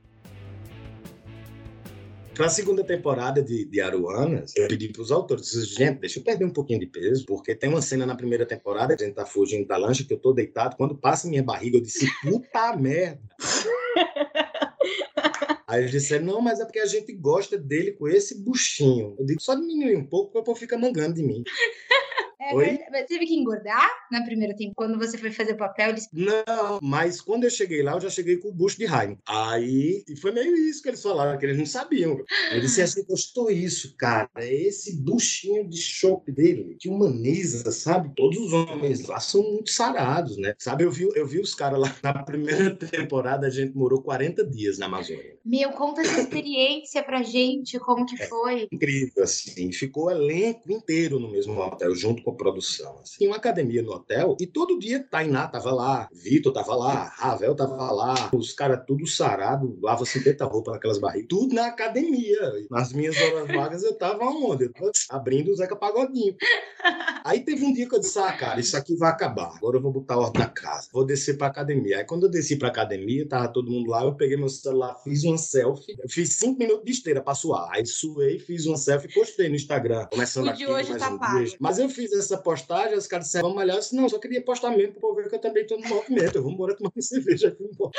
Para a segunda temporada de, de Aruanas, eu pedi para os autores, disse, gente, deixa eu perder um pouquinho de peso, porque tem uma cena na primeira temporada, a gente tá fugindo da lancha, que eu tô deitado, quando passa minha barriga, eu disse, puta merda. Aí eles disseram, não, mas é porque a gente gosta dele com esse buchinho. Eu digo, só diminuir um pouco, porque o povo fica mangando de mim. É Oi? verdade. Mas teve que engordar na primeira temporada? Quando você foi fazer o papel, eles... Não, mas quando eu cheguei lá, eu já cheguei com o bucho de Jaime. Aí, e foi meio isso que eles falaram, que eles não sabiam. Eu disse assim, gostou isso, cara, é esse buchinho de chope dele, que humaniza, sabe? Todos os homens lá são muito sarados, né? Sabe, eu vi, eu vi os caras lá na primeira temporada, a gente morou quarenta dias na Amazônia. Meu, conta essa experiência pra gente, como que foi? Incrível, assim. Ficou o elenco inteiro no mesmo hotel, junto com a produção. Assim. Tinha uma academia no hotel e todo dia Tainá tava lá, Vitor tava lá, Ravel tava lá, os caras tudo sarado, lava cinquenta roupas naquelas barrigas, tudo na academia. Nas minhas horas vagas eu tava onde? Eu tava abrindo o Zeca Pagodinho. Aí teve um dia que eu disse, ah, cara, isso aqui vai acabar. Agora eu vou botar ordem na casa. Vou descer pra academia. Aí quando eu desci pra academia, tava todo mundo lá, eu peguei meu celular, fiz uma selfie. Eu fiz cinco minutos de esteira pra suar. Aí suei, fiz uma selfie e postei no Instagram. Começando O de aqui, hoje mais tá um pago. dia. Mas eu fiz essa postagem, os caras disseram, vamos malhar. Eu disse, não, só queria postar mesmo pra ver que eu também tô no movimento. Eu vou embora tomar uma cerveja aqui embora.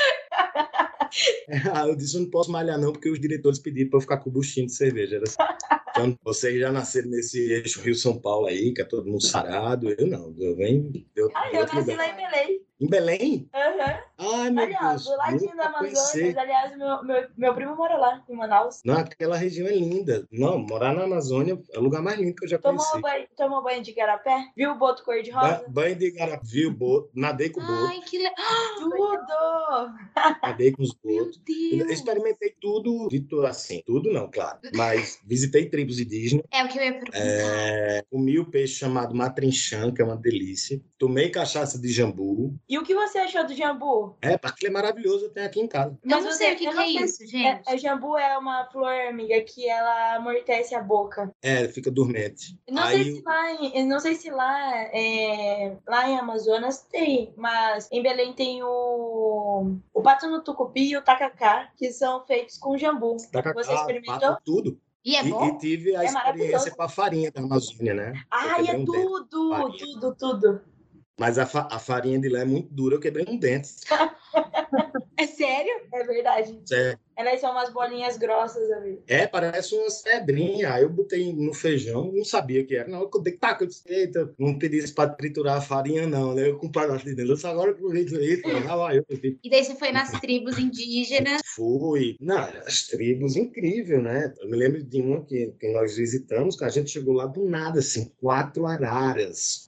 Aí eu disse, eu não posso malhar não, porque os diretores pediram pra eu ficar com o buchinho de cerveja. Era assim. Então, vocês já nasceram nesse eixo Rio-São Paulo aí, que é todo mundo sarado. Eu não, eu venho de outro, Ah, de eu outro nasci lugar. lá em Belém. Em Belém? Aham. Ai, meu Ali, ó, Deus. do ladinho louco da pra Amazônia. conhecer. Aliás, meu, meu, meu primo mora lá, em Manaus. Não, aquela região é linda. Não, morar na Amazônia é o lugar mais lindo que eu já Tomou conheci. banho, tomou banho de igarapé? Viu o boto Ba cor-de-rosa? banho de Igarapé, o boto, nadei com o boto, Ai, que legal. Tudo! nadei com os Meu botos. Eu Deus. experimentei tudo, dito assim, tudo não, claro. Mas visitei tribos indígenas, É o que eu ia perguntar. é, comi o peixe chamado matrinchã, que é uma delícia. Tomei cachaça de jambu. E o que você achou do jambu? É, aquilo é maravilhoso, eu tenho aqui em casa. Eu não sei o que, eu que não é sei isso, se- gente. É, é, jambu é uma flor, amiga, que ela amortece a boca. É, fica dormente. Não sei Aí se lá, em, eu não sei se lá, é, lá em Amazonas tem, mas em Belém tem o, o pato no tucupi e o tacacá, que são feitos com jambu. tacacá, Você experimentou? pato, tudo. E é E, bom? e tive a É experiência maravilhoso. com a farinha da Amazônia, né? Eu Ai, quebrei é um dente com tudo, farinha. tudo, tudo. Mas a, fa a farinha de lá é muito dura, eu quebrei um dente. É sério? É verdade. Sério. Elas são umas bolinhas grossas, amigo. É, parece uma cedrinha. Aí eu botei no feijão, não sabia o que era. Não, eu dei taco, eu disse, eita, não pedi isso para triturar a farinha, não, né? Eu com um pedaço de dentro. Eu disse, agora que eu vi isso, lá vai eu. eu E daí você foi nas tribos indígenas. Fui. Não, as tribos, incrível, né? Eu me lembro de uma que, que nós visitamos, que a gente chegou lá do nada, assim, quatro araras.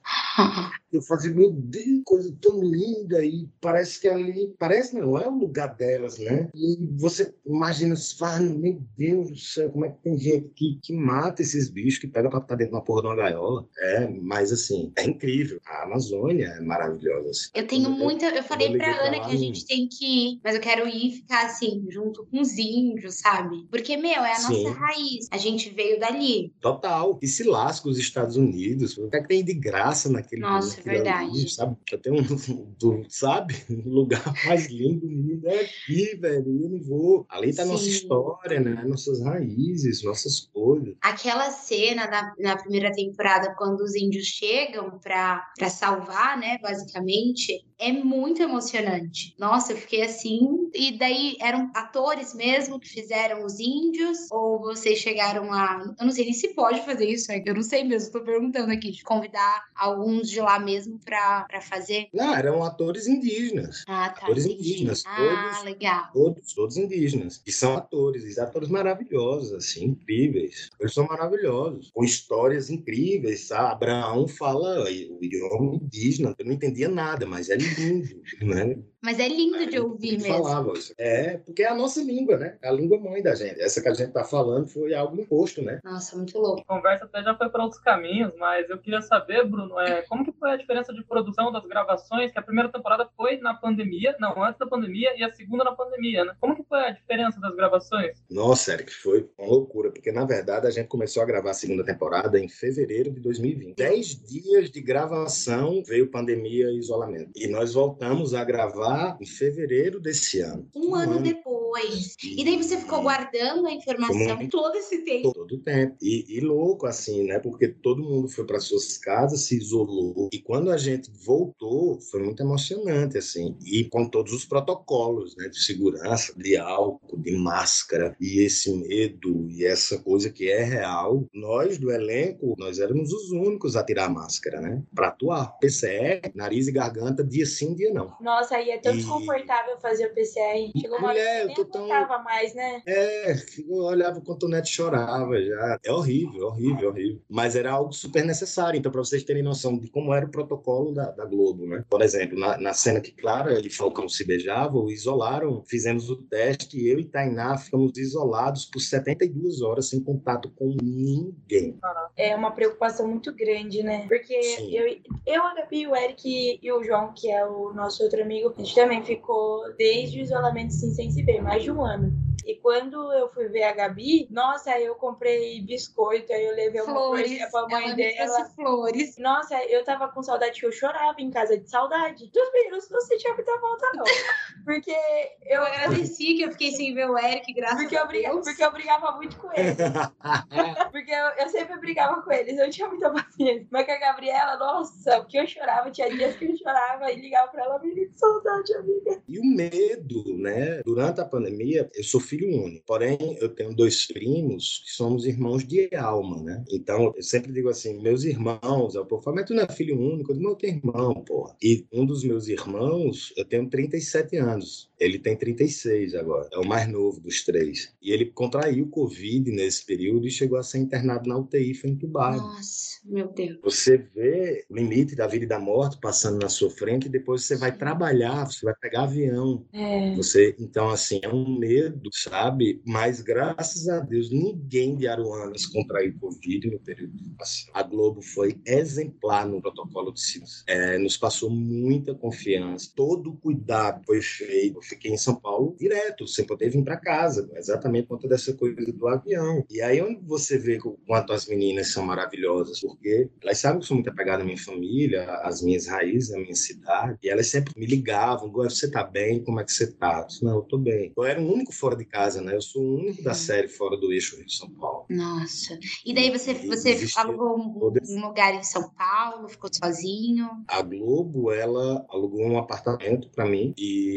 Eu falei, meu Deus, coisa tão linda, e parece que ali, parece não, é o lugar delas, né? E você imagina, você fala, meu Deus do céu, como é que tem gente que, que mata esses bichos, que pega pra estar dentro de uma porra de uma gaiola. É, mas assim, é incrível. A Amazônia é maravilhosa. Assim. Eu tenho Quando muita. Eu falei eu pra liguei pra Ana lá, que a gente tem que ir, mas eu quero ir e ficar assim, junto com os índios, sabe? Porque, meu, é a Sim. nossa raiz. A gente veio dali. Total. E se lasca os Estados Unidos. O que é que tem de graça naquele Nossa, naquilo verdade. ali, sabe? Eu tenho um, do, sabe? Um lugar mais lindo do mundo é aqui, velho. Eu não vou. Ali tá a nossa Sim. história, né? Nossas raízes, nossas coisas. Aquela cena na, na primeira temporada, quando os índios chegam pra, pra salvar, né, basicamente, é muito emocionante. Nossa, eu fiquei assim. E daí eram atores mesmo que fizeram os índios? Ou vocês chegaram a. Eu não sei nem se pode fazer isso, é que eu não sei mesmo, tô perguntando aqui, de convidar alguns de lá mesmo pra, pra fazer. Não, eram atores indígenas. Ah, tá. Atores Entendi. indígenas, Ah, todos. legal. Todos, todos indígenas. E são atores, e atores maravilhosos, assim, incríveis. Eles são maravilhosos, com histórias incríveis, sabe? Abraão fala o idioma indígena, eu não entendia nada, mas é lindo, né? Mas é lindo de ouvir Ele mesmo. falava isso. É, porque é a nossa língua, né? É a língua mãe da gente. Essa que a gente tá falando foi algo imposto, né? Nossa, muito louco. A conversa até já foi para outros caminhos, mas eu queria saber, Bruno, é, como que foi a diferença de produção das gravações, que a primeira temporada foi na pandemia, não, antes da pandemia, e a segunda na pandemia, né? Como que foi a diferença das gravações? Nossa, Eric, foi uma loucura, porque na verdade a gente começou a gravar a segunda temporada em fevereiro de dois mil e vinte. Dez dias de gravação, veio pandemia e isolamento. E nós voltamos a gravar em fevereiro desse ano. Um, um ano, ano depois. depois. E daí você ficou guardando a informação Muito. todo esse tempo. Todo o tempo. E, e louco, assim, né? Porque todo mundo foi para suas casas, se isolou. E quando a gente voltou, foi muito emocionante, assim. E com todos os protocolos, né? De segurança, de álcool, de máscara. E esse medo e essa coisa que é real. Nós, do elenco, nós éramos os únicos a tirar a máscara, né? Para atuar. P C R, nariz e garganta, dia sim, dia não. Nossa, aí é tão E- desconfortável fazer o P C R. Chegou uma hora Mulher, que eu nem tô tão- aguentava mais, né? É, eu olhava o cotonete e chorava já. É horrível, horrível, horrível. Mas era algo super necessário. Então, para vocês terem noção de como era o protocolo da, da Globo, né? Por exemplo, na, na cena que Clara e Falcão se beijavam, isolaram, fizemos o teste e eu e Tainá ficamos isolados por setenta e duas horas sem contato com ninguém. É uma preocupação muito grande, né? Porque Sim. eu, eu, a Gabi, o Eric e o João, que é o nosso outro amigo, a gente também ficou desde o isolamento assim, sem se ver, mais de um ano. E quando eu fui ver a Gabi, nossa, aí eu comprei biscoito, aí eu levei uma Flores. coisinha pra mãe Ela me dela. trouxe flores. Nossa, eu tava com saudade, que eu chorava em casa de saudade. Dos meninos, não sentia muita falta, não. Porque eu Eu agradeci que eu fiquei sem ver o Eric, graças Porque eu, a briga, Deus. porque eu brigava muito com eles. Porque eu, eu sempre brigava com eles, eu tinha muita paciência. Mas com a Gabriela, nossa, porque eu chorava, tinha dias que eu chorava e ligava pra ela, menina, que saudade, amiga. E o medo, né? Durante a pandemia, eu sou filho único. Porém, eu tenho dois primos que somos irmãos de alma, né? Então, eu sempre digo assim, meus irmãos, o povo fala, mas tu não é filho único? Eu digo, eu tenho irmão, porra. E um dos meus irmãos, eu tenho trinta e sete anos. Ele tem trinta e seis agora. É o mais novo dos três. E ele contraiu Covid nesse período e chegou a ser internado na U T I, foi entubado. Nossa, meu Deus. Você vê o limite da vida e da morte passando na sua frente e depois você vai trabalhar, você vai pegar avião. É. Você, então, assim, é um medo, sabe? Mas, graças a Deus, ninguém de Aruanas contraiu Covid no período de vacina. A Globo foi exemplar no protocolo de segurança. É, nos passou muita confiança. Todo o cuidado foi feito. Eu fiquei em São Paulo direto, sem poder vir para casa, exatamente por conta dessa coisa do avião. E aí, onde você vê o quanto as meninas são maravilhosas, porque elas sabem que eu sou muito apegada à minha família, às minhas raízes, à minha cidade, e elas sempre me ligavam, você tá bem? Como é que você tá? Eu disse, não, eu tô bem. Eu era o único fora de casa, né? Eu sou o único da série fora do eixo Rio de São Paulo. Nossa. E daí você, E você existe alugou um, todo esse- um lugar em São Paulo, ficou sozinho? A Globo, ela alugou um apartamento para mim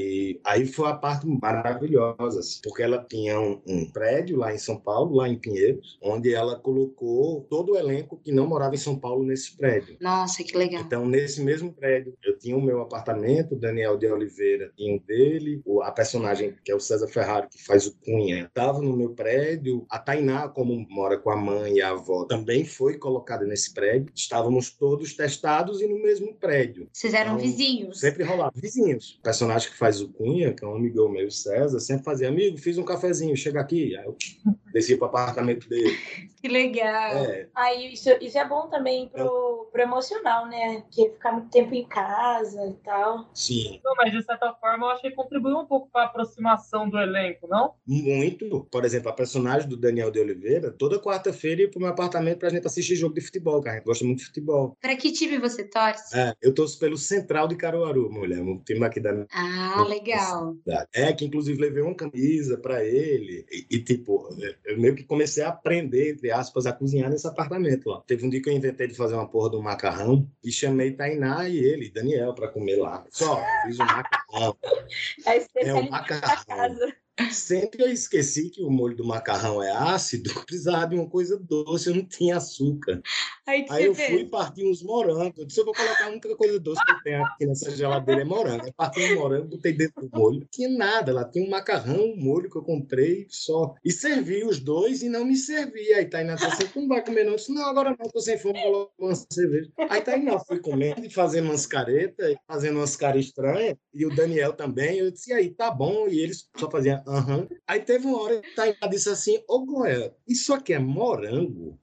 e aí foi a parte maravilhosa, assim, porque ela tinha um, um prédio lá em São Paulo, lá em Pinheiros, onde ela colocou todo o elenco que não morava em São Paulo nesse prédio. Nossa, que legal. Então, nesse mesmo prédio, eu tinha o meu apartamento, o Daniel de Oliveira tinha o dele, o- a personagem que é o César Ferrari, que faz o Cunha, estava no meu prédio. A Tainá, como mora com a mãe e a avó, também foi colocada nesse prédio. Estávamos todos testados e no mesmo prédio. Vocês eram Então, vizinhos? Sempre rolava. Vizinhos. O personagem que faz o Cunha, que é um amigo meu, o César, sempre fazia, amigo, fiz um cafezinho, chega aqui. Aí eu descia para o apartamento dele. Que legal. É, Aí isso, isso é bom também pro, pro emocional, né? Porque ficar muito tempo em casa e tal. sim. Não, mas de certa forma eu acho que contribuiu um pouco para a aproximação do elenco, não? Muito. Por exemplo, a personagem do Daniel de Oliveira, toda quarta-feira ia pro meu apartamento pra gente assistir jogo de futebol, que a gente gosta muito de futebol. Pra que time você torce? É, eu torço pelo Central de Caruaru, mulher, um time aqui da minha Ah, legal. cidade. É, que inclusive levei uma camisa pra ele e, e, tipo, eu meio que comecei a aprender, entre aspas, a cozinhar nesse apartamento lá. Teve um dia que eu inventei de fazer uma porra de um macarrão e chamei Tainá e ele, Daniel, pra comer lá. Só, fiz um macarrão. É a É especialidade um da macarrão. casa. Sempre eu esqueci que o molho do macarrão é ácido, precisava de uma coisa doce, eu não tinha açúcar. Aí que Aí você eu fui e fez? parti uns morangos. Eu disse, eu vou colocar a única coisa doce que eu tenho aqui nessa geladeira é morango. Eu parti um morango, botei dentro do molho. Não tinha nada, lá tinha um macarrão, um molho que eu comprei só. E servi os dois e não me servia. Aí Tainá disse assim, tu não vai comer não? Eu disse, não, agora não, tô sem fome, vou colocar uma cerveja. Aí Tainá fui comendo e fazendo umas caretas, fazendo umas caras estranhas. E o Daniel também. Eu disse, e aí, tá bom? E eles só faziam, aham. Aí teve uma hora que Tainá disse assim, ô Goia, isso aqui é morango?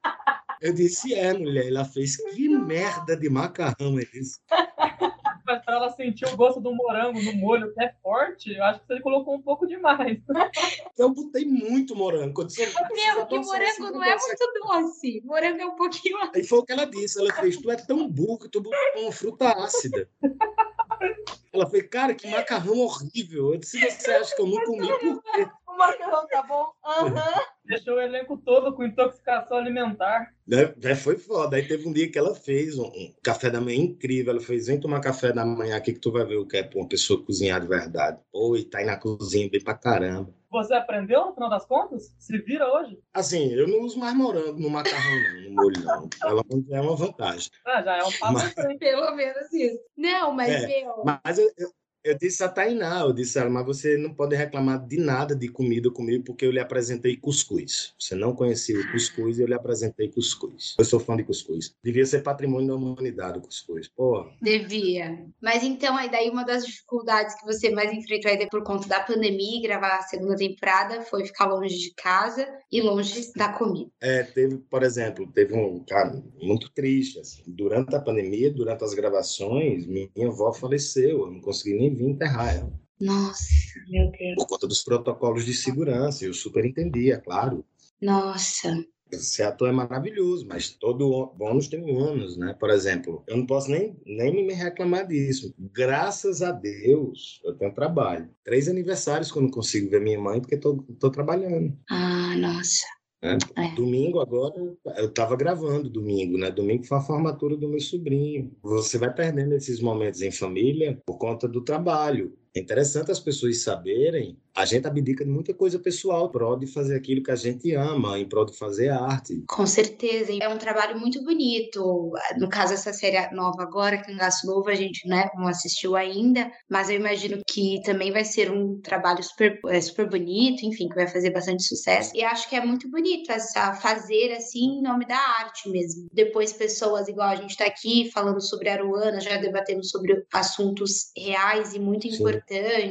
Eu disse, é, mulher. Ela fez, que merda de macarrão é esse? Mas para ela sentir o gosto do morango no molho, que é forte, eu acho que você colocou um pouco demais. Eu botei muito morango. Eu disse, Meu, que morango não é muito doce. Morango é um pouquinho... Aí foi o que ela disse. Ela fez, tu é tão burro que tu botou uma fruta ácida. Ela foi, cara, que macarrão horrível. Eu disse, você acha que eu não comi por quê? O macarrão tá bom? Aham. Uhum. Deixou o elenco todo com intoxicação alimentar. Né? Foi foda. Aí teve um dia que ela fez um, um café da manhã incrível. Ela fez, vem tomar café da manhã aqui que tu vai ver o que é pra uma pessoa cozinhar de verdade. Pô, e tá aí na cozinha bem pra caramba. Você aprendeu, no final das contas? Se vira hoje? Assim, eu não uso mais morango no macarrão, não, no molho, não. Ela é uma vantagem. Ah, já é um passo Mas- frente. Pelo menos isso. Não, mas É, meu. Mas eu, eu, eu disse a Tainá, eu disse a ela, mas você não pode reclamar de nada de comida comigo, porque eu lhe apresentei cuscuz. Você não conhecia o cuscuz e eu lhe apresentei cuscuz. Eu sou fã de cuscuz. Devia ser patrimônio da humanidade o cuscuz. Pô, Devia. Mas então, aí daí uma das dificuldades que você mais enfrentou aí por conta da pandemia e gravar a segunda temporada foi ficar longe de casa e longe da comida. é, teve, por exemplo, teve um cara muito triste, assim. Durante a pandemia, durante as gravações, minha avó faleceu, eu não consegui nem vir enterrar ela. Nossa, meu Deus. Por conta dos protocolos de segurança, eu super entendi, é claro. Nossa. Ser ator é maravilhoso, mas todo bônus tem um ônus, né? Por exemplo, eu não posso nem, nem me reclamar disso. Graças a Deus, eu tenho trabalho. Três aniversários que eu não consigo ver minha mãe porque estou trabalhando. Ah, nossa. Né? É. Domingo agora, eu estava gravando domingo, né? Domingo foi a formatura do meu sobrinho. Você vai perdendo esses momentos em família por conta do trabalho. É interessante as pessoas saberem, a gente abdica de muita coisa pessoal em prol de fazer aquilo que a gente ama, em prol de fazer arte. Com certeza, é um trabalho muito bonito. No caso, essa série nova agora, Cangaço Novo, a gente, né, não assistiu ainda, mas eu imagino que também vai ser um trabalho super, é, super bonito, enfim, que vai fazer bastante sucesso. E acho que é muito bonito essa fazer assim em nome da arte mesmo. Depois, pessoas igual a gente está aqui falando sobre Aruana, já debatendo sobre assuntos reais e muito Sim. importantes.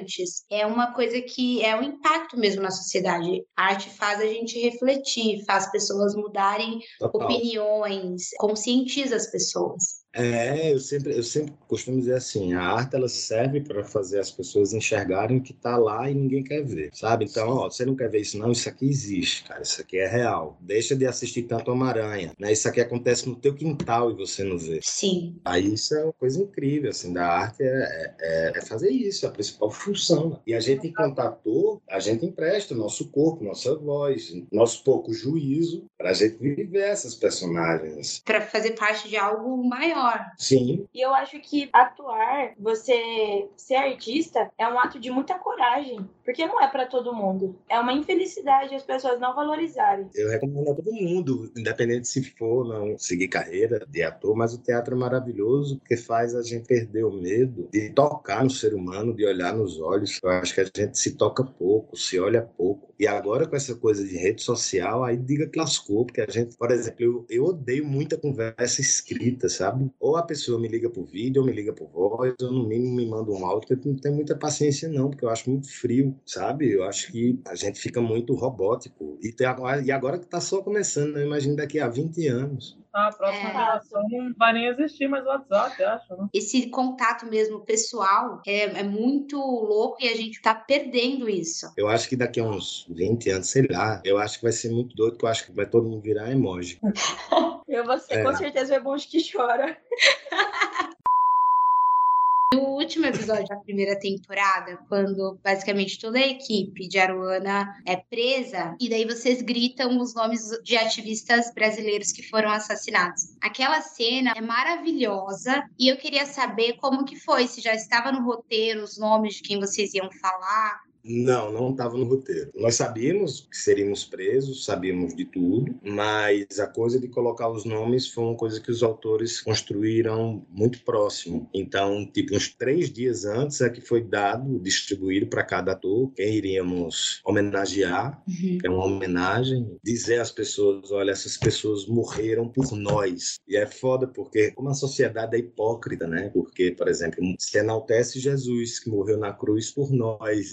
É uma coisa que é um impacto mesmo na sociedade. A arte faz a gente refletir, faz pessoas mudarem Total. opiniões, conscientiza as pessoas. É, eu sempre, eu sempre costumo dizer assim, a arte ela serve para fazer as pessoas enxergarem o que está lá e ninguém quer ver, sabe? Então, ó, você não quer ver isso não, isso aqui existe, cara, isso aqui é real. Deixa de assistir tanto Homem-Aranha, né? Isso aqui acontece no teu quintal e você não vê. Sim. Aí isso é uma coisa incrível, assim, da arte é, é, é fazer isso, é a principal função. E a gente, enquanto ator, a gente empresta o nosso corpo, nossa voz, nosso pouco juízo para a gente viver essas personagens. Para fazer parte de algo maior. Sim. E eu acho que atuar, você ser artista, é um ato de muita coragem. Porque não é pra todo mundo. É uma infelicidade as pessoas não valorizarem. Eu recomendo a todo mundo, independente se for não seguir carreira de ator, mas o teatro é maravilhoso porque faz a gente perder o medo de tocar no ser humano, de olhar nos olhos. Eu acho que a gente se toca pouco, se olha pouco. E agora com essa coisa de rede social, aí diga que lascou, porque a gente, por exemplo, eu, eu odeio muita conversa escrita, sabe? Ou a pessoa me liga por vídeo, ou me liga por voz, ou no mínimo me manda um áudio, porque eu não tenho muita paciência não, porque eu acho muito frio, sabe? Eu acho que a gente fica muito robótico. E, tem agora, e agora que tá só começando, né? Eu imagino daqui a vinte anos. Ah, a próxima É. geração não vai nem existir mais o WhatsApp, acho, né? Esse contato mesmo pessoal é, é muito louco e a gente tá perdendo isso. Eu acho que daqui a uns vinte anos, sei lá, eu acho que vai ser muito doido, porque eu acho que vai todo mundo virar emoji. Eu vou ser, É. com certeza, o Ebonde que chora. No último episódio da primeira temporada, quando basicamente toda a equipe de Aruana é presa, e daí vocês gritam os nomes de ativistas brasileiros que foram assassinados. Aquela cena é maravilhosa e eu queria saber como que foi, se já estava no roteiro os nomes de quem vocês iam falar. Não, não estava no roteiro. Nós sabíamos que seríamos presos, sabíamos de tudo, mas a coisa de colocar os nomes foi uma coisa que os autores construíram muito próximo. Então, tipo, uns três dias antes é que foi dado, distribuído para cada ator, quem iríamos homenagear, Uhum. que é uma homenagem, dizer às pessoas, olha, essas pessoas morreram por nós. E é foda porque como a sociedade é hipócrita, né? Porque, por exemplo, se enaltece Jesus, que morreu na cruz por nós, e esses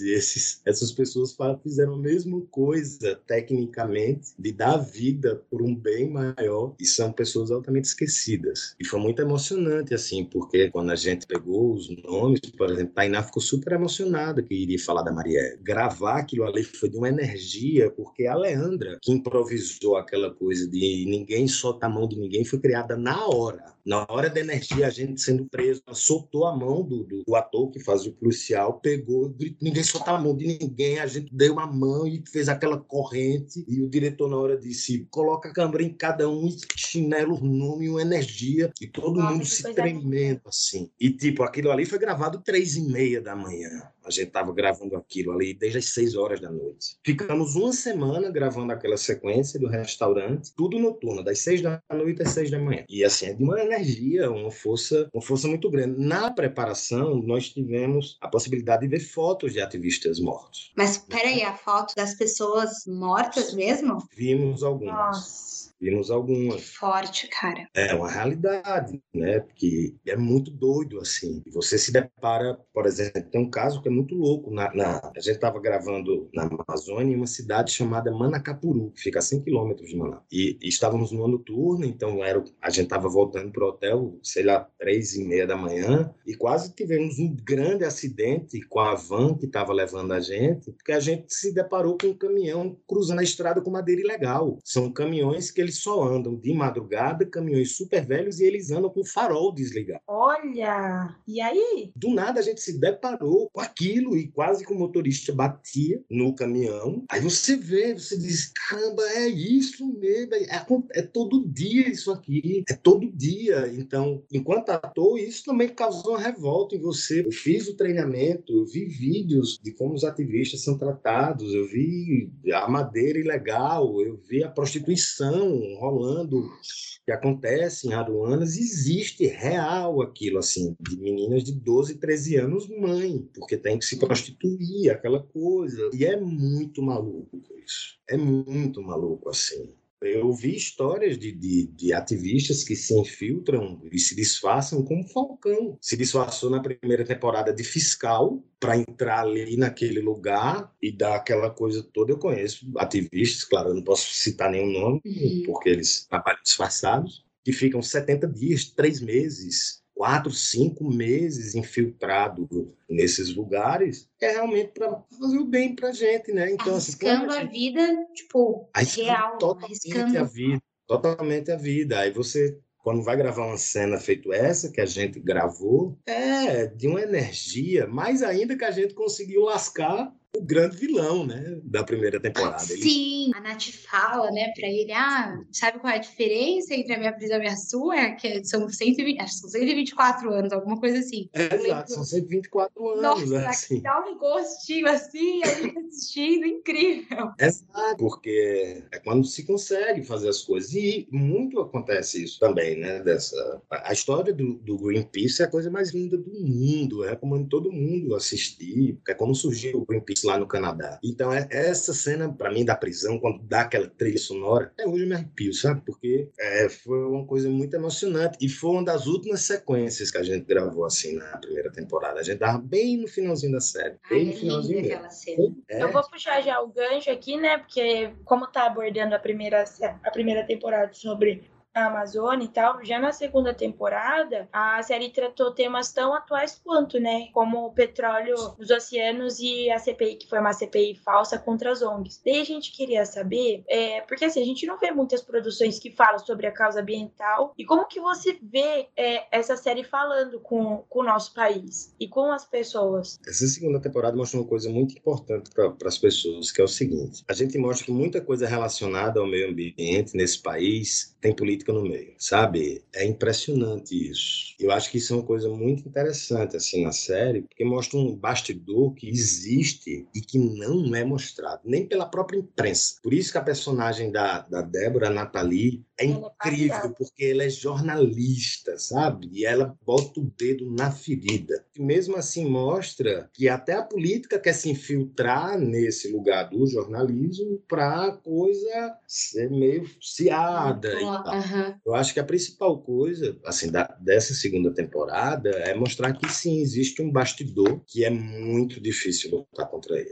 mas essas pessoas fizeram a mesma coisa, tecnicamente, de dar vida por um bem maior, e são pessoas altamente esquecidas. E foi muito emocionante, assim, porque quando a gente pegou os nomes, por exemplo, Tainá ficou super emocionada que iria falar da Marielle. Gravar aquilo ali foi de uma energia, porque a Leandra, que improvisou aquela coisa de ninguém solta a mão de ninguém, foi criada na hora. Na hora da energia, a gente sendo preso, ela soltou a mão do, do, do ator que fazia o policial, pegou, gritou, ninguém solta a mão de ninguém, a gente deu uma mão e fez aquela corrente, e o diretor na hora disse, coloca a câmera em cada um, chinelo, nome, uma energia, e todo Nossa, mundo se tremendo, assim. E, tipo, aquilo ali foi gravado três e meia da manhã. A gente estava gravando aquilo ali desde as seis horas da noite. Ficamos uma semana gravando aquela sequência do restaurante, tudo noturno, das seis da noite às seis da manhã. E, assim, é de uma energia, uma força, uma força muito grande. Na preparação, nós tivemos a possibilidade de ver fotos de ativistas mortos. Mas, peraí, a foto das pessoas mortas mesmo? Vimos algumas. Nossa. Vimos algumas. Forte, cara. É uma realidade, né? Porque é muito doido, assim. Você se depara, por exemplo, tem um caso que é muito louco. Na, na, a gente estava gravando na Amazônia, em uma cidade chamada Manacapuru, que fica a cem quilômetros de Manaus. E, e estávamos no ano turno, então era, a gente estava voltando para o hotel, sei lá, três e meia da manhã, e quase tivemos um grande acidente com a van que estava levando a gente, porque a gente se deparou com um caminhão cruzando a estrada com madeira ilegal. São caminhões que eles só andam de madrugada, caminhões super velhos, e eles andam com o farol desligado. Olha! E aí? Do nada a gente se deparou com aquilo e quase que o motorista batia no caminhão. Aí você vê, você diz, caramba, é isso mesmo, é, é todo dia isso aqui, é todo dia. Então, enquanto ator, isso também causou uma revolta em você. Eu fiz o treinamento, eu vi vídeos de como os ativistas são tratados, eu vi a madeira ilegal, eu vi a prostituição rolando, que acontece em Aruanas. Existe real aquilo, assim, de meninas de doze, treze anos, mãe, porque tem que se prostituir, aquela coisa. E é muito maluco isso. É muito maluco, assim. Eu vi histórias de, de, de ativistas que se infiltram e se disfarçam como Falcão. Se disfarçou na primeira temporada de fiscal para entrar ali naquele lugar e dar aquela coisa toda. Eu conheço ativistas, claro, eu não posso citar nenhum nome, uhum. porque eles trabalham disfarçados, que ficam setenta dias, três meses, quatro, cinco meses infiltrado nesses lugares, é realmente para fazer o bem para a gente, né? Então, arriscando assim, a, gente... a vida, tipo, arriscando real. Totalmente arriscando a vida, totalmente a vida. Aí você, quando vai gravar uma cena feito essa, que a gente gravou, é de uma energia, mais ainda que a gente conseguiu lascar o grande vilão, né, da primeira temporada. Sim, ele... a Nath fala, né, pra ele, ah, sabe qual é a diferença entre a minha prisão e a sua? É que são cento e vinte, acho que são cento e vinte e quatro anos, alguma coisa assim. É, exato, são cento e vinte e quatro anos. Nossa, assim. Dá um gostinho assim, a gente assistindo, incrível. Exato, porque é quando se consegue fazer as coisas, e muito acontece isso também, né, dessa... A história do, do Greenpeace é a coisa mais linda do mundo, eu recomendo todo mundo assistir, porque é como surgiu o Greenpeace lá no Canadá. Então, é, essa cena, para mim, da prisão, quando dá aquela trilha sonora, até hoje eu me arrepio, sabe? Porque é, foi uma coisa muito emocionante. E foi uma das últimas sequências que a gente gravou, assim, na primeira temporada. A gente tava bem no finalzinho da série. Bem Ai, no é finalzinho linda mesmo. aquela cena. É. Eu vou puxar já o gancho aqui, né? Porque como tá abordando a primeira, a primeira temporada sobre a Amazônia e tal, já na segunda temporada, a série tratou temas tão atuais quanto, né? Como o petróleo nos oceanos e a C P I, que foi uma C P I falsa contra as O N Gs. Daí a gente queria saber, é, porque assim, a gente não vê muitas produções que falam sobre a causa ambiental, e como que você vê é, essa série falando com, com o nosso país e com as pessoas? Essa segunda temporada mostra uma coisa muito importante para as pessoas, que é o seguinte: a gente mostra que muita coisa relacionada ao meio ambiente nesse país tem política no meio, sabe? É impressionante isso. Eu acho que isso é uma coisa muito interessante, assim, na série, porque mostra um bastidor que existe e que não é mostrado, nem pela própria imprensa. Por isso que a personagem da, da Débora, a Nathalie, é incrível, porque ela é jornalista, sabe? E ela bota o dedo na ferida. E mesmo assim mostra que até a política quer se infiltrar nesse lugar do jornalismo para a coisa ser meio ciada. E tal. Uhum. Eu acho que a principal coisa, assim, da, dessa segunda temporada é mostrar que sim, existe um bastidor que é muito difícil lutar contra ele.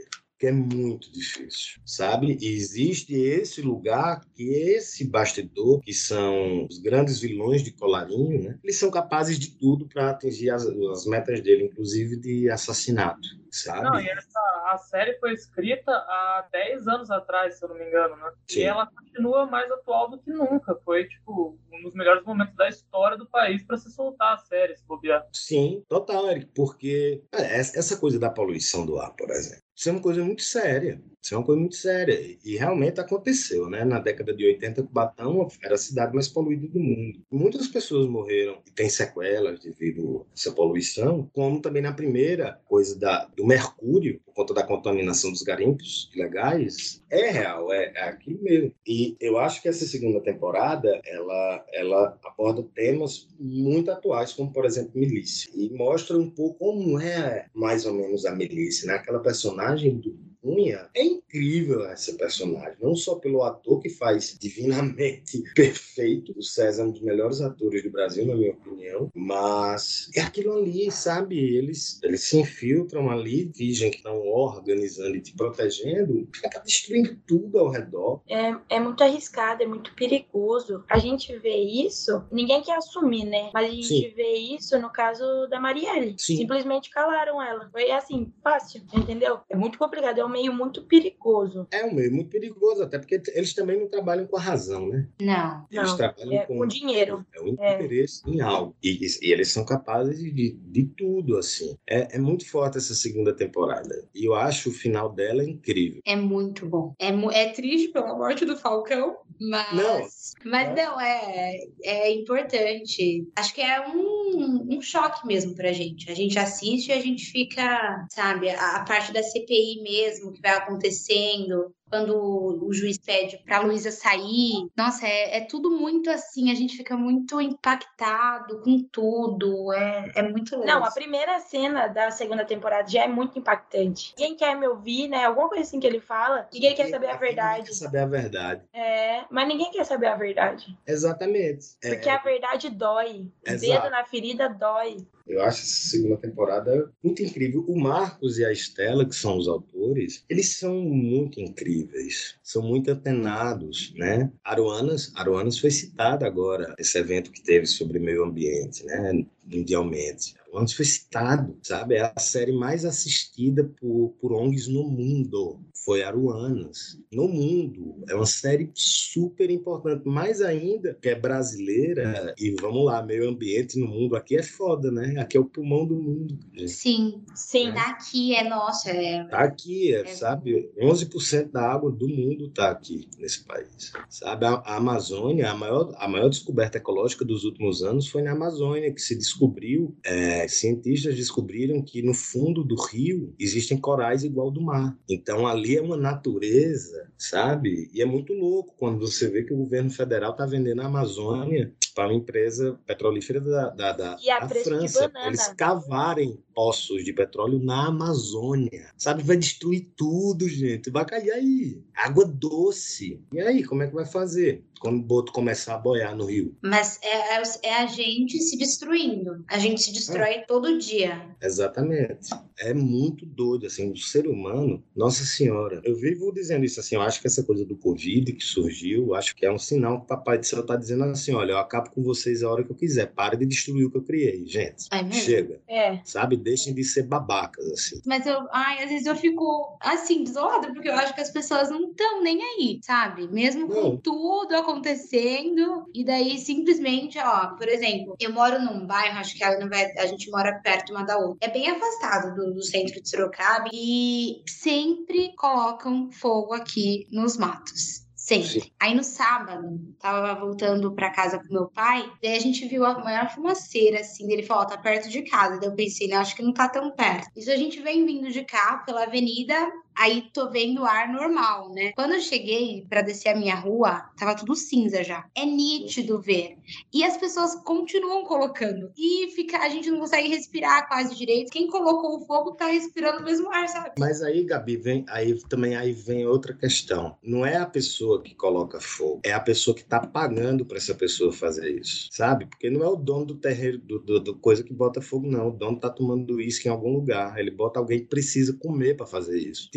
que é muito difícil, sabe? E existe esse lugar que esse bastidor, que são os grandes vilões de colarinho, né? Eles são capazes de tudo para atingir as, as metas dele, inclusive de assassinato, sabe? Não, e essa, a série foi escrita há dez anos atrás, se eu não me engano, né? Sim. E ela continua mais atual do que nunca. Foi, tipo, um dos melhores momentos da história do país para se soltar a série, se bobear. Sim, total, Eric, porque é, essa coisa da poluição do ar, por exemplo, isso é uma coisa muito séria. Isso é uma coisa muito séria. E realmente aconteceu, né? Na década de oitenta, Cubatão era a cidade mais poluída do mundo. Muitas pessoas morreram e têm sequelas devido a essa poluição, como também na primeira coisa da, do mercúrio, por conta da contaminação dos garimpos ilegais. É real, é, é aquilo mesmo. E eu acho que essa segunda temporada, ela, ela aborda temas muito atuais, como, por exemplo, milícia. E mostra um pouco como é, mais ou menos, a milícia, né? Aquela personagem do Cunha, é incrível essa personagem, não só pelo ator que faz divinamente perfeito, o César é um dos melhores atores do Brasil, na minha opinião, mas é aquilo ali, sabe? Eles, eles se infiltram ali, fingem que estão organizando e te protegendo, tá destruindo tudo ao redor. É, é muito arriscado, é muito perigoso. A gente vê isso, ninguém quer assumir, né? Mas a gente Sim. vê isso no caso da Marielle. Sim. Simplesmente calaram ela. Foi assim, fácil, entendeu? É muito complicado, é um meio muito perigoso. É um meio muito perigoso, até porque eles também não trabalham com a razão, né? Não. Eles Não, trabalham é com, com dinheiro. É o interesse é. em algo. E, e eles são capazes de, de tudo, assim. É, é muito forte essa segunda temporada. E eu acho o final dela incrível. É muito bom. É, é triste pela morte do Falcão, mas não, mas não é, é importante. Acho que é um, um choque mesmo pra gente. A gente assiste e a gente fica, sabe, a, a parte da C P I mesmo que vai acontecendo. Quando o juiz pede pra Luísa sair. Nossa, é, é tudo muito assim, a gente fica muito impactado com tudo. É, é muito legal. Não, a primeira cena da segunda temporada já é muito impactante. Ninguém quer me ouvir, né? Alguma coisa assim que ele fala. Ninguém, ninguém quer saber a verdade. Ninguém quer saber a verdade. É, mas ninguém quer saber a verdade. Exatamente. Porque é... a verdade dói. O Exato. dedo na ferida dói. Eu acho essa segunda temporada muito incrível. O Marcos e a Estela, que são os autores, eles são muito incríveis. São muito antenados, né? Aruanas, Aruanas foi citada agora, esse evento que teve sobre meio ambiente, né? Mundialmente. Aruanas foi citado, sabe? É a série mais assistida por, por O N Gs no mundo. Foi Aruanas. No mundo. É uma série super importante. Mais ainda que é brasileira. E vamos lá, meio ambiente no mundo aqui é foda, né? Aqui é o pulmão do mundo. Gente. Sim, sim. Tá aqui, é nossa. É... Tá aqui, é, é... sabe? onze por cento da água do mundo tá aqui nesse país. Sabe? A, a Amazônia, a maior, a maior descoberta ecológica dos últimos anos foi na Amazônia, que se descobriu, é, cientistas descobriram que no fundo do rio existem corais igual do mar. Então ali é uma natureza, sabe? E é muito louco quando você vê que o governo federal tá vendendo a Amazônia para uma empresa petrolífera da, da, da, da França. Eles cavarem poços de petróleo na Amazônia. Sabe? Vai destruir tudo, gente. Vai cair aí. Água doce. E aí, como é que vai fazer? Quando o boto começar a boiar no rio. Mas é, é, é a gente se destruindo. A gente se destrói é. todo dia. Exatamente. É muito doido, assim, o ser humano, Nossa Senhora. Eu vivo dizendo isso, assim, eu acho que essa coisa do Covid que surgiu, acho que é um sinal que o Papai do Céu está dizendo assim, olha, eu acabo com vocês a hora que eu quiser, para de destruir o que eu criei, gente. É mesmo? Chega. É. Sabe? Deixem de ser babacas, assim. Mas eu, ai, às vezes eu fico, assim, desolada, porque eu acho que as pessoas não estão nem aí, sabe? Mesmo com não. tudo acontecendo, e daí simplesmente, ó, por exemplo, eu moro num bairro, acho que ela não vai, a gente mora perto uma da outra. É bem afastado do, do centro de Sorocaba e sempre colocam fogo aqui nos matos. Sempre. Sim. Aí no sábado, tava voltando pra casa com meu pai, daí a gente viu a maior fumaceira, assim, dele falou, ó, tá perto de casa. Daí eu pensei, né, acho que não tá tão perto. Isso a gente vem vindo de carro pela avenida, aí tô vendo ar normal, né? Quando eu cheguei pra descer a minha rua, tava tudo cinza já. É nítido ver. E as pessoas continuam colocando. E fica, a gente não consegue respirar quase direito. Quem colocou o fogo tá respirando o mesmo ar, sabe? Mas aí, Gabi, vem, aí também aí vem outra questão. Não é a pessoa que coloca fogo, é a pessoa que tá pagando para essa pessoa fazer isso, sabe? Porque não é o dono do terreiro, do, do, do coisa que bota fogo, não. O dono tá tomando uísque em algum lugar, ele bota alguém que precisa comer para fazer isso. Tipo,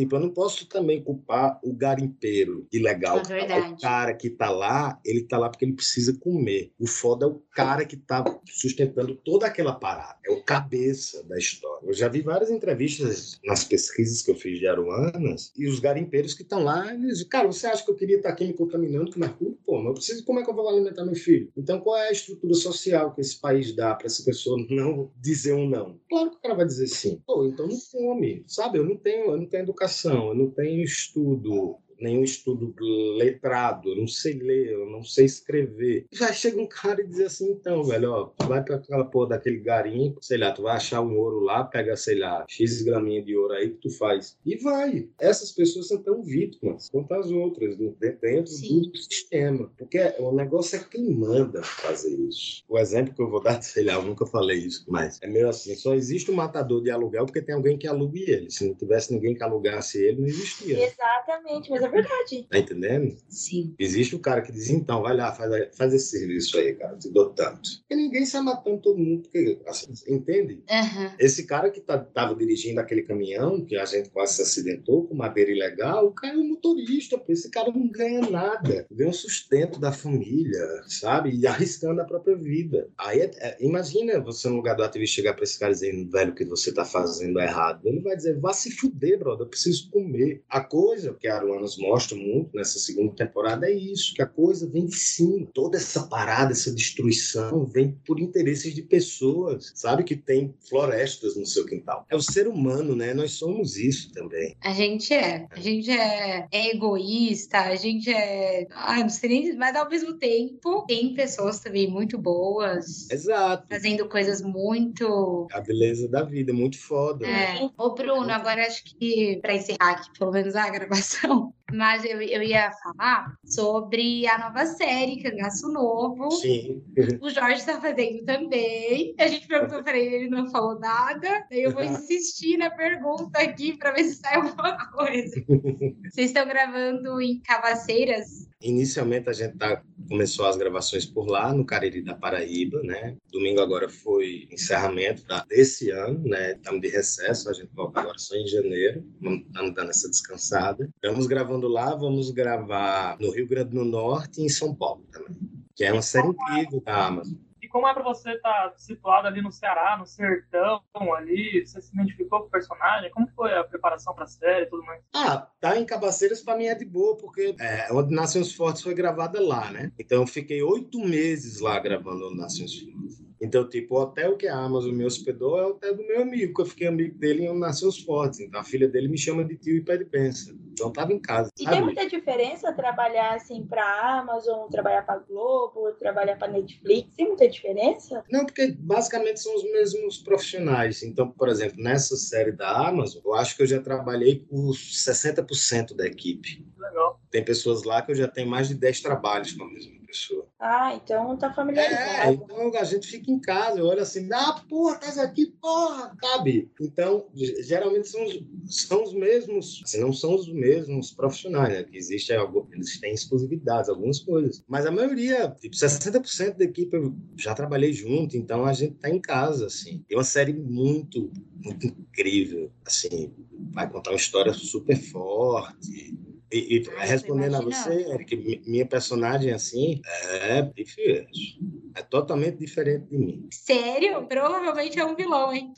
tipo, eu não posso também culpar o garimpeiro ilegal. É verdade. O cara que tá lá, ele tá lá porque ele precisa comer. O foda é o cara que tá sustentando toda aquela parada. É o cabeça da história. Eu já vi várias entrevistas nas pesquisas que eu fiz de Aruanas e os garimpeiros que estão lá, eles dizem, cara, você acha que eu queria estar aqui me contaminando com mercúrio? Pô, mas eu preciso, como é que eu vou alimentar meu filho? Então, qual é a estrutura social que esse país dá para essa pessoa não dizer um não? Claro que o cara vai dizer sim. Pô, então não come, sabe? Eu não tenho, eu não tenho educação, eu não tenho estudo, nenhum estudo letrado, eu não sei ler, eu não sei escrever. Já chega um cara e diz assim, então, velho, ó, tu vai pra aquela porra daquele garimpo, sei lá, tu vai achar um ouro lá, pega, sei lá, X graminha de ouro aí que tu faz. E vai. Essas pessoas são tão vítimas quanto as outras, dentro Sim. do sistema. Porque o negócio é quem manda fazer isso. O exemplo que eu vou dar, sei lá, eu nunca falei isso, mas é meio assim, só existe um matador de aluguel porque tem alguém que alugue ele. Se não tivesse ninguém que alugasse ele, não existia. Exatamente, mas é verdade. Tá entendendo? Sim. Existe o cara que diz, então, vai lá, faz, faz esse serviço aí, cara, te dou tanto. E ninguém sai matando todo mundo, porque, assim, entende? Uhum. Esse cara que tá, tava dirigindo aquele caminhão, que a gente quase se acidentou com madeira ilegal, o cara é um motorista, pô, esse cara não ganha nada, ganha o sustento da família, sabe? E arriscando a própria vida. Aí, é, é, imagina você no lugar do ativista chegar pra esse cara dizendo, velho, o que você tá fazendo é errado. Ele vai dizer, vá se fuder, brother, eu preciso comer. A coisa que a Aruanas mostra muito nessa segunda temporada é isso, que a coisa vem de cima. Toda essa parada, essa destruição vem por interesses de pessoas, sabe? Que tem florestas no seu quintal. É o ser humano, né? Nós somos isso também. A gente é. A gente é, é egoísta, a gente é... Ah, não sei nem... Mas ao mesmo tempo, tem pessoas também muito boas, Exato. fazendo coisas muito... A beleza da vida, é muito foda. É. Ô, Bruno, agora acho que para encerrar aqui, pelo menos a gravação, mas eu, eu ia falar sobre a nova série, Cangaço Novo. Sim. O Jorge está fazendo também. A gente perguntou para ele, ele não falou nada. Daí eu vou insistir na pergunta aqui para ver se sai alguma coisa. Vocês estão gravando em Cabaceiras? Inicialmente a gente tá, começou as gravações por lá, no Cariri da Paraíba, né? Domingo agora foi encerramento da, desse ano, né? Estamos de recesso, a gente volta agora só em janeiro, estamos dando essa descansada. Estamos gravando lá, vamos gravar no Rio Grande do Norte e em São Paulo também, que é uma série incrível da Amazon. E como é para você estar situado ali no Ceará, no sertão, ali, você se identificou com o personagem? Como foi a preparação para a série e tudo mais? Ah, tá em Cabaceiras para mim é de boa, porque é, Onde Nascem os Fortes foi gravada lá, né? Então eu fiquei oito meses lá gravando Onde Nascem os Fortes. Então, tipo, o hotel que a Amazon me hospedou é o hotel do meu amigo, que eu fiquei amigo dele em Onde Nascem os Fortes. Então a filha dele me chama de tio e pede benção. Então tava em casa. E sabe? tem muita diferença trabalhar assim para Amazon, trabalhar para Globo, trabalhar para Netflix? Tem muita diferença? Não, porque basicamente são os mesmos profissionais. Então, por exemplo, nessa série da Amazon, eu acho que eu já trabalhei com sessenta por cento da equipe. Legal. Tem pessoas lá que eu já tenho mais de dez trabalhos com a mesma pessoa. Ah, então tá É, familiarizado. então a gente fica em casa, eu olho assim, ah, porra, tá aqui, porra, cabe. Então, geralmente são os, são os mesmos, assim, não são os mesmos profissionais, né? Que existe, eles têm exclusividades, algumas coisas. Mas a maioria, tipo, sessenta por cento da equipe eu já trabalhei junto, então a gente tá em casa, assim. É uma série muito, muito incrível, assim, vai contar uma história super forte. E, e Ai, respondendo a tô você, Eric, minha personagem, assim, é diferente. É totalmente diferente de mim. Sério? Provavelmente é um vilão, hein?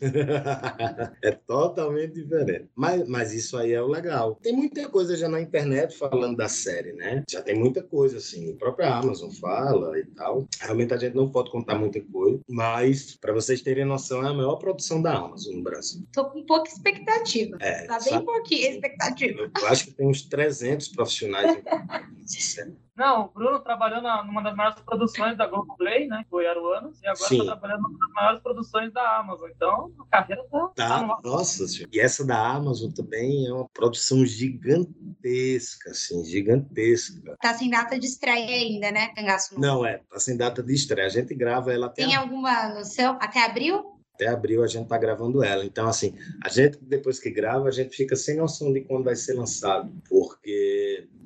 É totalmente diferente. Mas, mas isso aí é o legal. Tem muita coisa já na internet falando da série, né? Já tem muita coisa, assim. A própria Amazon fala e tal. Realmente a gente não pode contar muita coisa. Mas, para vocês terem noção, é a maior produção da Amazon no Brasil. Tô com pouca expectativa. É, Tá bem sabe? pouquinha expectativa. Eu, eu acho que tem uns trezentos profissionais nessa série. Não, o Bruno trabalhou na, numa das maiores produções da Globoplay, né? Que foi Aruanas, e agora Sim. está trabalhando numa das maiores produções da Amazon. Então, a carreira tá... Tá, no- nossa senhora. E essa da Amazon também é uma produção gigantesca, assim, gigantesca. Tá sem data de estreia ainda, né, Cangaço Novo? Não, é, tá sem data de estreia. A gente grava ela até, Tem alguma noção? Até abril? até abril, a gente tá gravando ela. Então, assim, a gente, depois que grava, a gente fica sem noção de quando vai ser lançado. Porque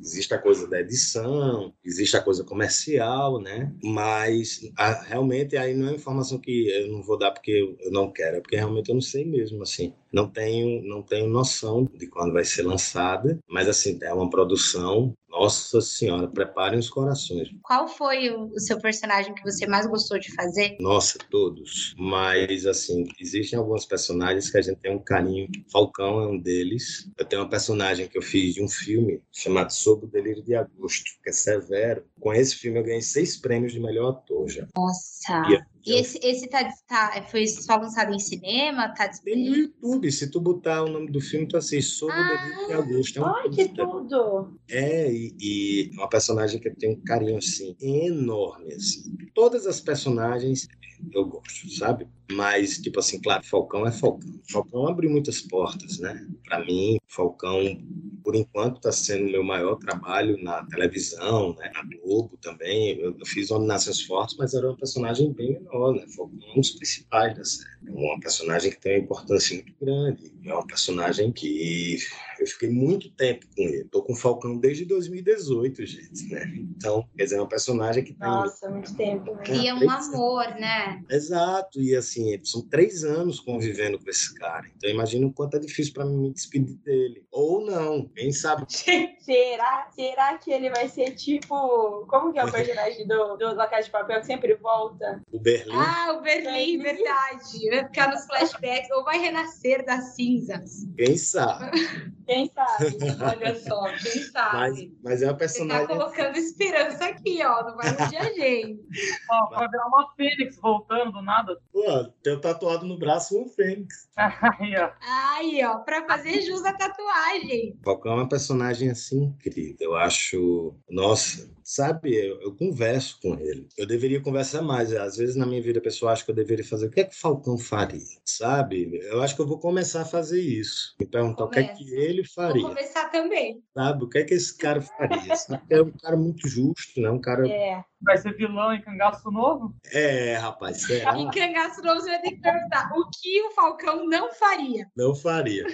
existe a coisa da edição, existe a coisa comercial, né? Mas a, realmente aí não é informação que eu não vou dar porque eu, eu não quero, é porque realmente eu não sei mesmo, assim. Não tenho, não tenho noção de quando vai ser lançada, mas assim, é uma produção, nossa senhora, preparem os corações. Qual foi o, o seu personagem que você mais gostou de fazer? Nossa, todos. Mas, assim, existem alguns personagens que a gente tem um carinho. Falcão é um deles. Eu tenho uma personagem que eu fiz de um filme chamado Sob o Delírio de Agosto, que é severo. Com esse filme eu ganhei seis prêmios de melhor ator já. Nossa! E E esse, esse tá, tá, foi só lançado em cinema? Tá Tem no disponível? YouTube, se tu botar o nome do filme, tu assiste Sob o Delírio de Agosto. É um Ai, que tudo! É, e, e uma personagem que eu tenho um carinho, assim, enorme, assim. Todas as personagens eu gosto, sabe? Mas, tipo assim, claro, Falcão é Falcão. Falcão abriu muitas portas, né? Para mim, Falcão, por enquanto, está sendo o meu maior trabalho na televisão, né? Na Globo também. Eu, eu fiz Nominações Fortes, mas era um personagem bem menor, né? Falcão é um dos principais da série. É uma personagem que tem uma importância muito grande. É uma personagem que eu fiquei muito tempo com ele. Tô com o Falcão desde dois mil e dezoito, gente, né? Então, quer dizer, é uma personagem que tá Nossa, em... muito tempo, né? E é um amor, né? Exato, e assim, são três anos convivendo com esse cara. Então, imagina o quanto é difícil para mim me despedir dele. Ou não, quem sabe. Será, será que ele vai ser tipo... Como que é o personagem do, do La Casa de Papel que sempre volta? O Berlim. Ah, o Berlim, verdade. Vai ficar nos flashbacks ou vai renascer das cinzas. Quem sabe? Quem sabe? Olha só, quem sabe? Mas, mas é uma Você personagem. tá colocando esperança aqui, ó. Não vai iludir a gente. Ó, vai virar uma fênix voltando do nada. Pô, tenho tatuado no braço um fênix. Aí, ó. Aí, ó, pra fazer jus à tatuagem. Falcão é uma personagem assim incrível. Eu acho. Nossa, sabe? Eu, eu converso com ele. Eu deveria conversar mais. Às vezes na minha vida pessoal acho que eu deveria fazer. O que é que o Falcão faria? Sabe? Eu acho que eu vou começar a fazer isso. Me perguntar Começa. o que é que ele Vou faria. começar também. Sabe? O que é que esse cara faria? Sabe? É um cara muito justo, né? Um cara. É. Vai ser vilão em Cangaço Novo? É, rapaz, será? Em Cangaço Novo você vai ter que perguntar o que o Falcão não faria. Não faria.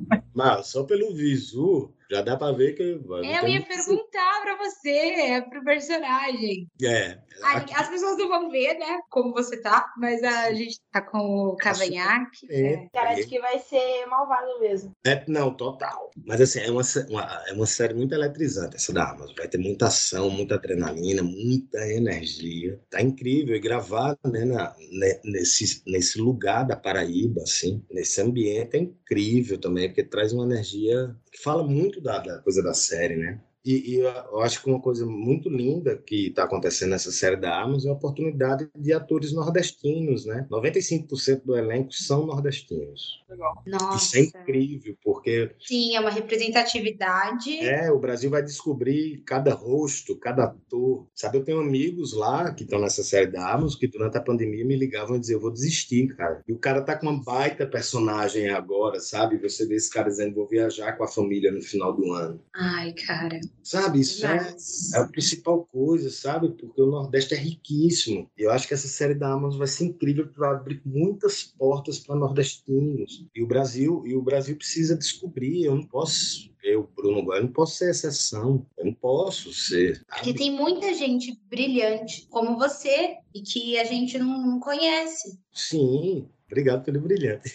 Mas só pelo visu, já dá pra ver que... Eu ia perguntar pra você, pro personagem. É. Aqui, as pessoas não vão ver, né, como você tá, mas a gente tá com o cavanhaque. É. Cara de que vai ser malvado mesmo. É, não, total. Mas assim, é uma, uma, é uma série muito eletrizante essa da Amazon. Vai ter muita ação, muita adrenalina, muita energia. Tá incrível. E gravado, né, na, nesse, nesse lugar da Paraíba, assim, nesse ambiente é incrível também, porque traz uma energia que fala muito da, da coisa da série, né? E, e eu acho que uma coisa muito linda que está acontecendo nessa série da Amazon é a oportunidade de atores nordestinos, né? noventa e cinco por cento do elenco são nordestinos. Legal. Nossa. Isso é incrível, porque... Sim, é uma representatividade. É, o Brasil vai descobrir cada rosto, cada ator. Sabe, eu tenho amigos lá que estão nessa série da Amazon que durante a pandemia me ligavam e diziam, eu vou desistir, cara. E o cara tá com uma baita personagem agora, sabe? Você vê esse cara dizendo, vou viajar com a família no final do ano. Ai, cara. Sabe, isso é, Mas... é a principal coisa, sabe? Porque o Nordeste é riquíssimo. E eu acho que essa série da Amazon vai ser incrível, porque vai abrir muitas portas para nordestinos. E o Brasil, e o Brasil precisa descobrir. Eu não posso, eu, Bruno Góes, eu não posso ser exceção. Eu não posso ser. Porque tem muita gente brilhante como você e que a gente não, não conhece. Sim. Obrigado pelo brilhante.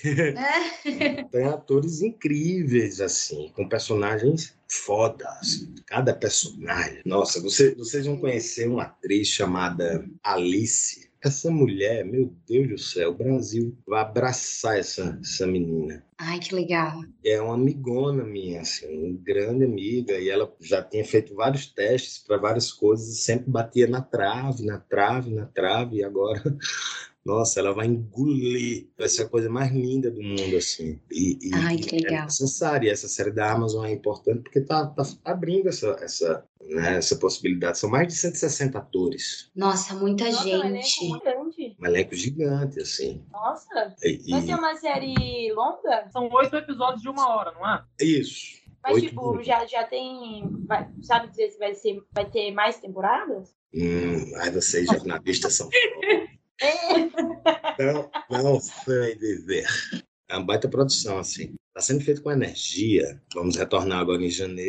É. Tem atores incríveis, assim, com personagens fodas. Cada personagem. Nossa, você, vocês vão conhecer uma atriz chamada Alice. Essa mulher, meu Deus do céu, o Brasil vai abraçar essa, essa menina. Ai, que legal. É uma amigona minha, assim, uma grande amiga, e ela já tinha feito vários testes para várias coisas e sempre batia na trave, na trave, na trave, e agora... Nossa, ela vai engolir. Vai ser a coisa mais linda do mundo, assim. E, e Ai, que legal. É necessário. Essa série da Amazon é importante porque tá, tá abrindo essa, essa, né, essa possibilidade. São mais de cento e sessenta atores. Nossa, muita Nossa, gente. um elenco muito grande. Um elenco gigante, assim. Nossa. E, Vai e... ser uma série longa? São oito episódios de uma hora, não é? Isso. Mas, Oito tipo, minutos. já, já tem... Vai, sabe dizer se vai, ser, vai ter mais temporadas? Hum, ai, vocês jornalistas são... É. Não, não sei dizer. É uma baita produção, assim. Está sendo feito com energia. Vamos retornar agora em janeiro.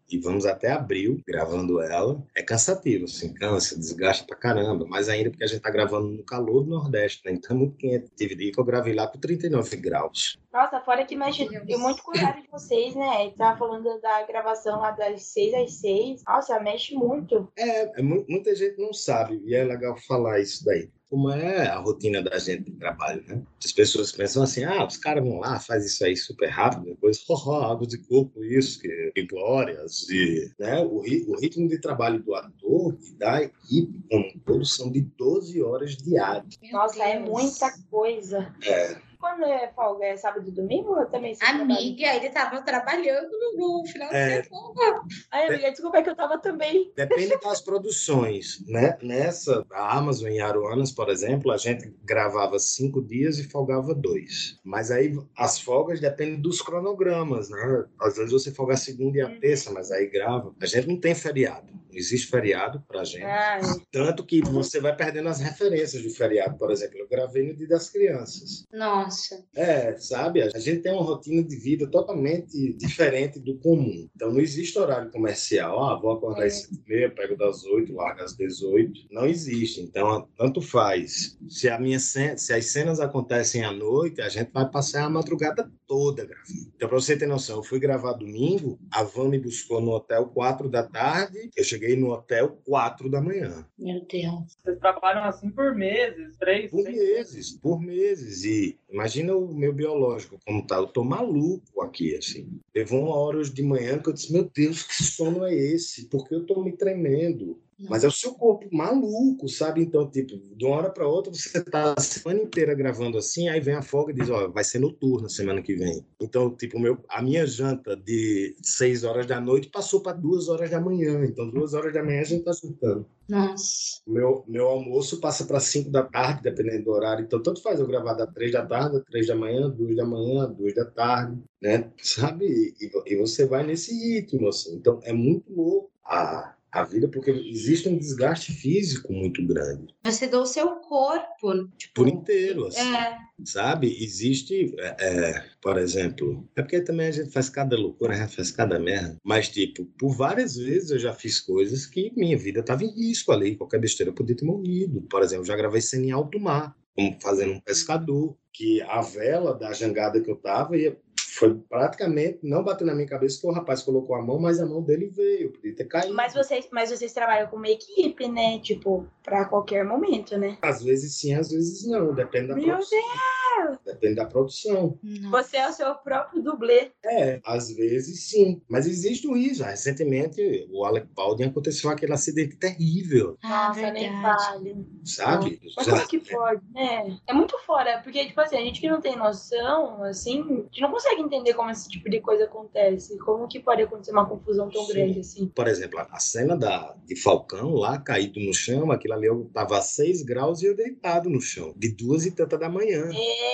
e vamos até abril gravando ela. É cansativo, assim, cansa, desgasta pra caramba, mas ainda porque a gente tá gravando no calor do Nordeste, né? Então é muito quente. Teve dia que eu gravei lá com trinta e nove graus. Nossa, fora que mexe eu muito com o horário de vocês, né? Você tava falando da gravação lá das seis às seis. Nossa, mexe muito. É, é mu- muita gente não sabe, e é legal falar isso daí. Como é a rotina da gente de trabalho, né? As pessoas pensam assim, ah, os caras vão lá, faz isso aí super rápido, depois, oh, água de coco, isso, que, que glórias, e, né? O, ri- o ritmo de trabalho do ator e da equipe, como um todo, são de doze horas diárias. Meu Nossa, é Deus. muita coisa. É, Quando é folga? É sábado e domingo ou também você trabalha? Amiga, ele tava trabalhando no, no final de É. semana. Ai, amiga, desculpa, é que eu tava também. depende das produções, né? Nessa, a Amazon em Aruanas, por exemplo, a gente gravava cinco dias e folgava dois. Mas aí as folgas dependem dos cronogramas, né? Às vezes você folga a segunda e a terça, mas aí grava. A gente não tem feriado, não existe feriado pra gente. Ai, Tanto que você vai perdendo as referências do feriado, por exemplo. Eu gravei no Dia das Crianças. Nossa. É, sabe? A gente tem uma rotina de vida totalmente diferente do comum. Então, não existe horário comercial. Ah, vou acordar às sete e meia, pego das oito, largo às dezoito. Não existe. Então, tanto faz. Se, a minha cena, se as cenas acontecem à noite, a gente vai passar a madrugada toda gravando. Então, para você ter noção, eu fui gravar domingo, a van me buscou no hotel quatro da tarde, eu cheguei no hotel quatro da manhã. Meu Deus. Vocês trabalham assim por meses, três, Por seis meses, por meses. E imagina o meu biológico como tá. Eu tô maluco aqui, assim. Levou uma hora hoje de manhã que eu disse, meu Deus, que sono é esse? Porque eu tô me tremendo. Mas é o seu corpo maluco, sabe? Então, tipo, de uma hora para outra, você tá a semana inteira gravando assim, aí vem a folga e diz, ó, vai ser noturna semana que vem. Então, tipo, meu, a minha janta de seis horas da noite passou para duas horas da manhã. Então, duas horas da manhã a gente tá jantando. Nossa. Meu, meu almoço passa para cinco da tarde, dependendo do horário. Então, tanto faz eu gravar da três da tarde, três da manhã, duas da manhã, duas da tarde, né? Sabe? E, e você vai nesse ritmo, assim. Então, é muito louco a, a vida, porque existe um desgaste físico muito grande. Você deu o seu corpo. Tipo, Por inteiro, assim. É. Sabe? Existe, é, é, por exemplo, é porque também a gente faz cada loucura, a gente faz cada merda, mas, tipo, por várias vezes eu já fiz coisas que minha vida estava em risco ali, qualquer besteira eu podia ter morrido. Por exemplo, já gravei cena em alto mar, como fazendo um pescador, que a vela da jangada que eu tava ia, foi praticamente, não bateu na minha cabeça, que o rapaz colocou a mão, mas a mão dele veio, podia ter caído. mas vocês, mas vocês trabalham com uma equipe, né? Tipo, pra qualquer momento, né? Às vezes sim, às vezes não, depende da Meu produção. Depende da produção. Você é o seu próprio dublê. É, às vezes sim. Mas existe o risco. Recentemente, o Alec Baldwin aconteceu aquele acidente terrível, Ah, Nossa, nem verdade. fale. sabe? Mas Já- como que pode, né? É muito fora, porque, tipo assim, a gente que não tem noção, assim, a gente não consegue entender como esse tipo de coisa acontece. Como que pode acontecer uma confusão tão Sim. grande, assim? Por exemplo, a cena da, de Falcão lá, caído no chão, aquilo ali eu tava a seis graus e eu deitado no chão, de duas e tanta da manhã,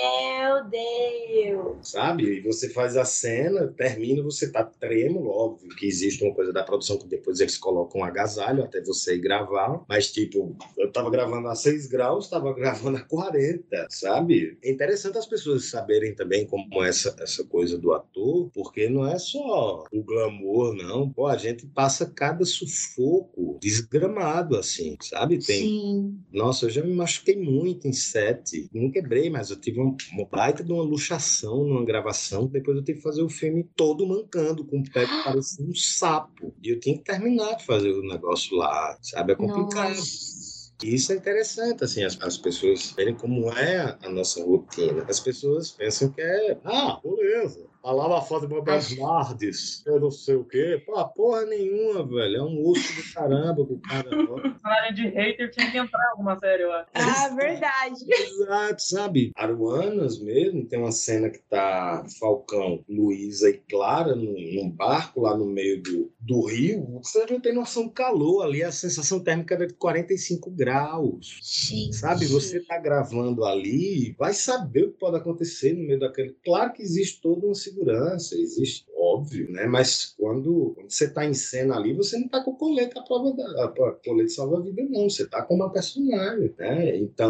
Meu Deus! sabe? E você faz a cena, termina, você tá trêmulo, óbvio que existe uma coisa da produção que depois eles colocam um agasalho até você ir gravar, mas tipo, eu tava gravando a seis graus, tava gravando a quarenta, sabe? É interessante as pessoas saberem também como é essa, essa coisa do ator, porque não é só o glamour, não. Pô, a gente passa cada sufoco desgramado, assim, sabe? Tem Sim. Nossa, eu já me machuquei muito em set. Não quebrei, mas eu tive uma, uma baita de uma luxação numa gravação. Depois eu tive que fazer o filme todo mancando, com o pé que parecia um sapo. E eu tinha que terminar de fazer o negócio lá, sabe? É complicado. Nossa. E isso é interessante, assim, as, as pessoas verem como é a, a nossa rotina. As pessoas pensam que é, ah, beleza. A Lava Foto de Bernardes, eu não sei o quê. Pô, porra nenhuma, velho. É um osso do caramba que o cara... área de hater tinha que entrar em alguma série, eu acho. Ah, verdade. Exato, sabe? Aruanas mesmo, tem uma cena que tá Falcão, Luísa e Clara num, num barco lá no meio do, do rio. Você não tem noção do calor ali, a sensação térmica era de quarenta e cinco graus. Gente. Sabe, você tá gravando ali, vai saber o que pode acontecer no meio daquele... Claro que existe toda uma segurança, existe, óbvio, né? Mas quando, quando você tá em cena ali, você não tá com o colete à prova da a, a colete salva-vida, não. Você tá com uma personagem, né? Então, eu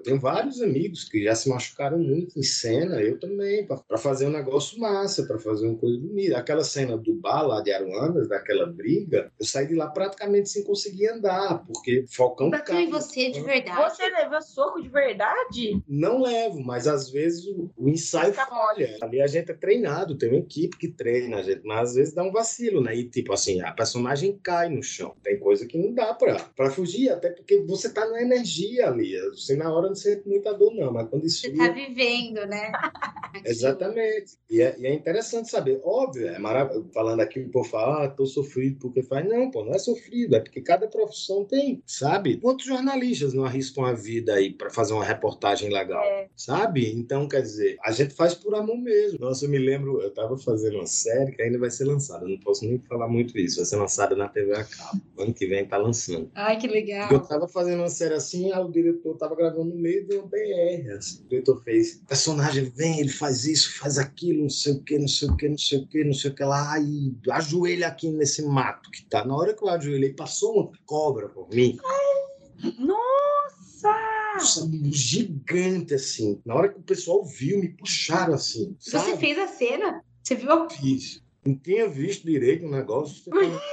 Eu tenho vários amigos que já se machucaram muito em cena, eu também, para fazer um negócio massa, para fazer uma coisa bonita. Aquela cena do bar lá de Aruanas, daquela briga, eu saí de lá praticamente sem conseguir andar, porque Falcão... Bateu em você de verdade? Você levou soco de verdade? Não levo, mas às vezes o, o ensaio falha. Ali a gente é treinado, tem uma equipe que treina a gente, mas às vezes dá um vacilo, né? E tipo assim, a personagem cai no chão. Tem coisa que não dá pra, pra fugir, até porque você tá na energia ali. Você na hora não sente muita dor, não, mas quando isso... Você tá vivendo, né? Exatamente. E é, e é interessante saber. Óbvio, é maravilhoso. Falando aqui, o povo fala, ah, tô sofrido porque faz. Não, pô, não é sofrido, é porque cada profissão tem, sabe? Quantos jornalistas não arriscam a vida aí pra fazer uma reportagem legal, É. sabe? Então, quer dizer, a gente faz por amor mesmo. Nossa, eu me lembro, eu tava fazendo uma série que ainda vai ser lançada, eu não posso nem falar muito isso, vai ser lançada na T V a cabo. Ano que vem tá lançando. Ai, que legal. Eu tava fazendo uma série assim, aí o diretor tava gravando no meio de uma B R. Assim. O diretor fez, o personagem vem, ele faz isso, faz aquilo, não sei o que, não sei o que, não sei o que, não sei o que lá, e ajoelha aqui nesse mato que tá. Na hora que eu ajoelhei, passou uma cobra por mim. Nossa! Nossa, gigante, assim. Na hora que o pessoal viu, me puxaram assim. Sabe? Você fez a cena? Você viu? Fiz. Não tinha visto direito o negócio.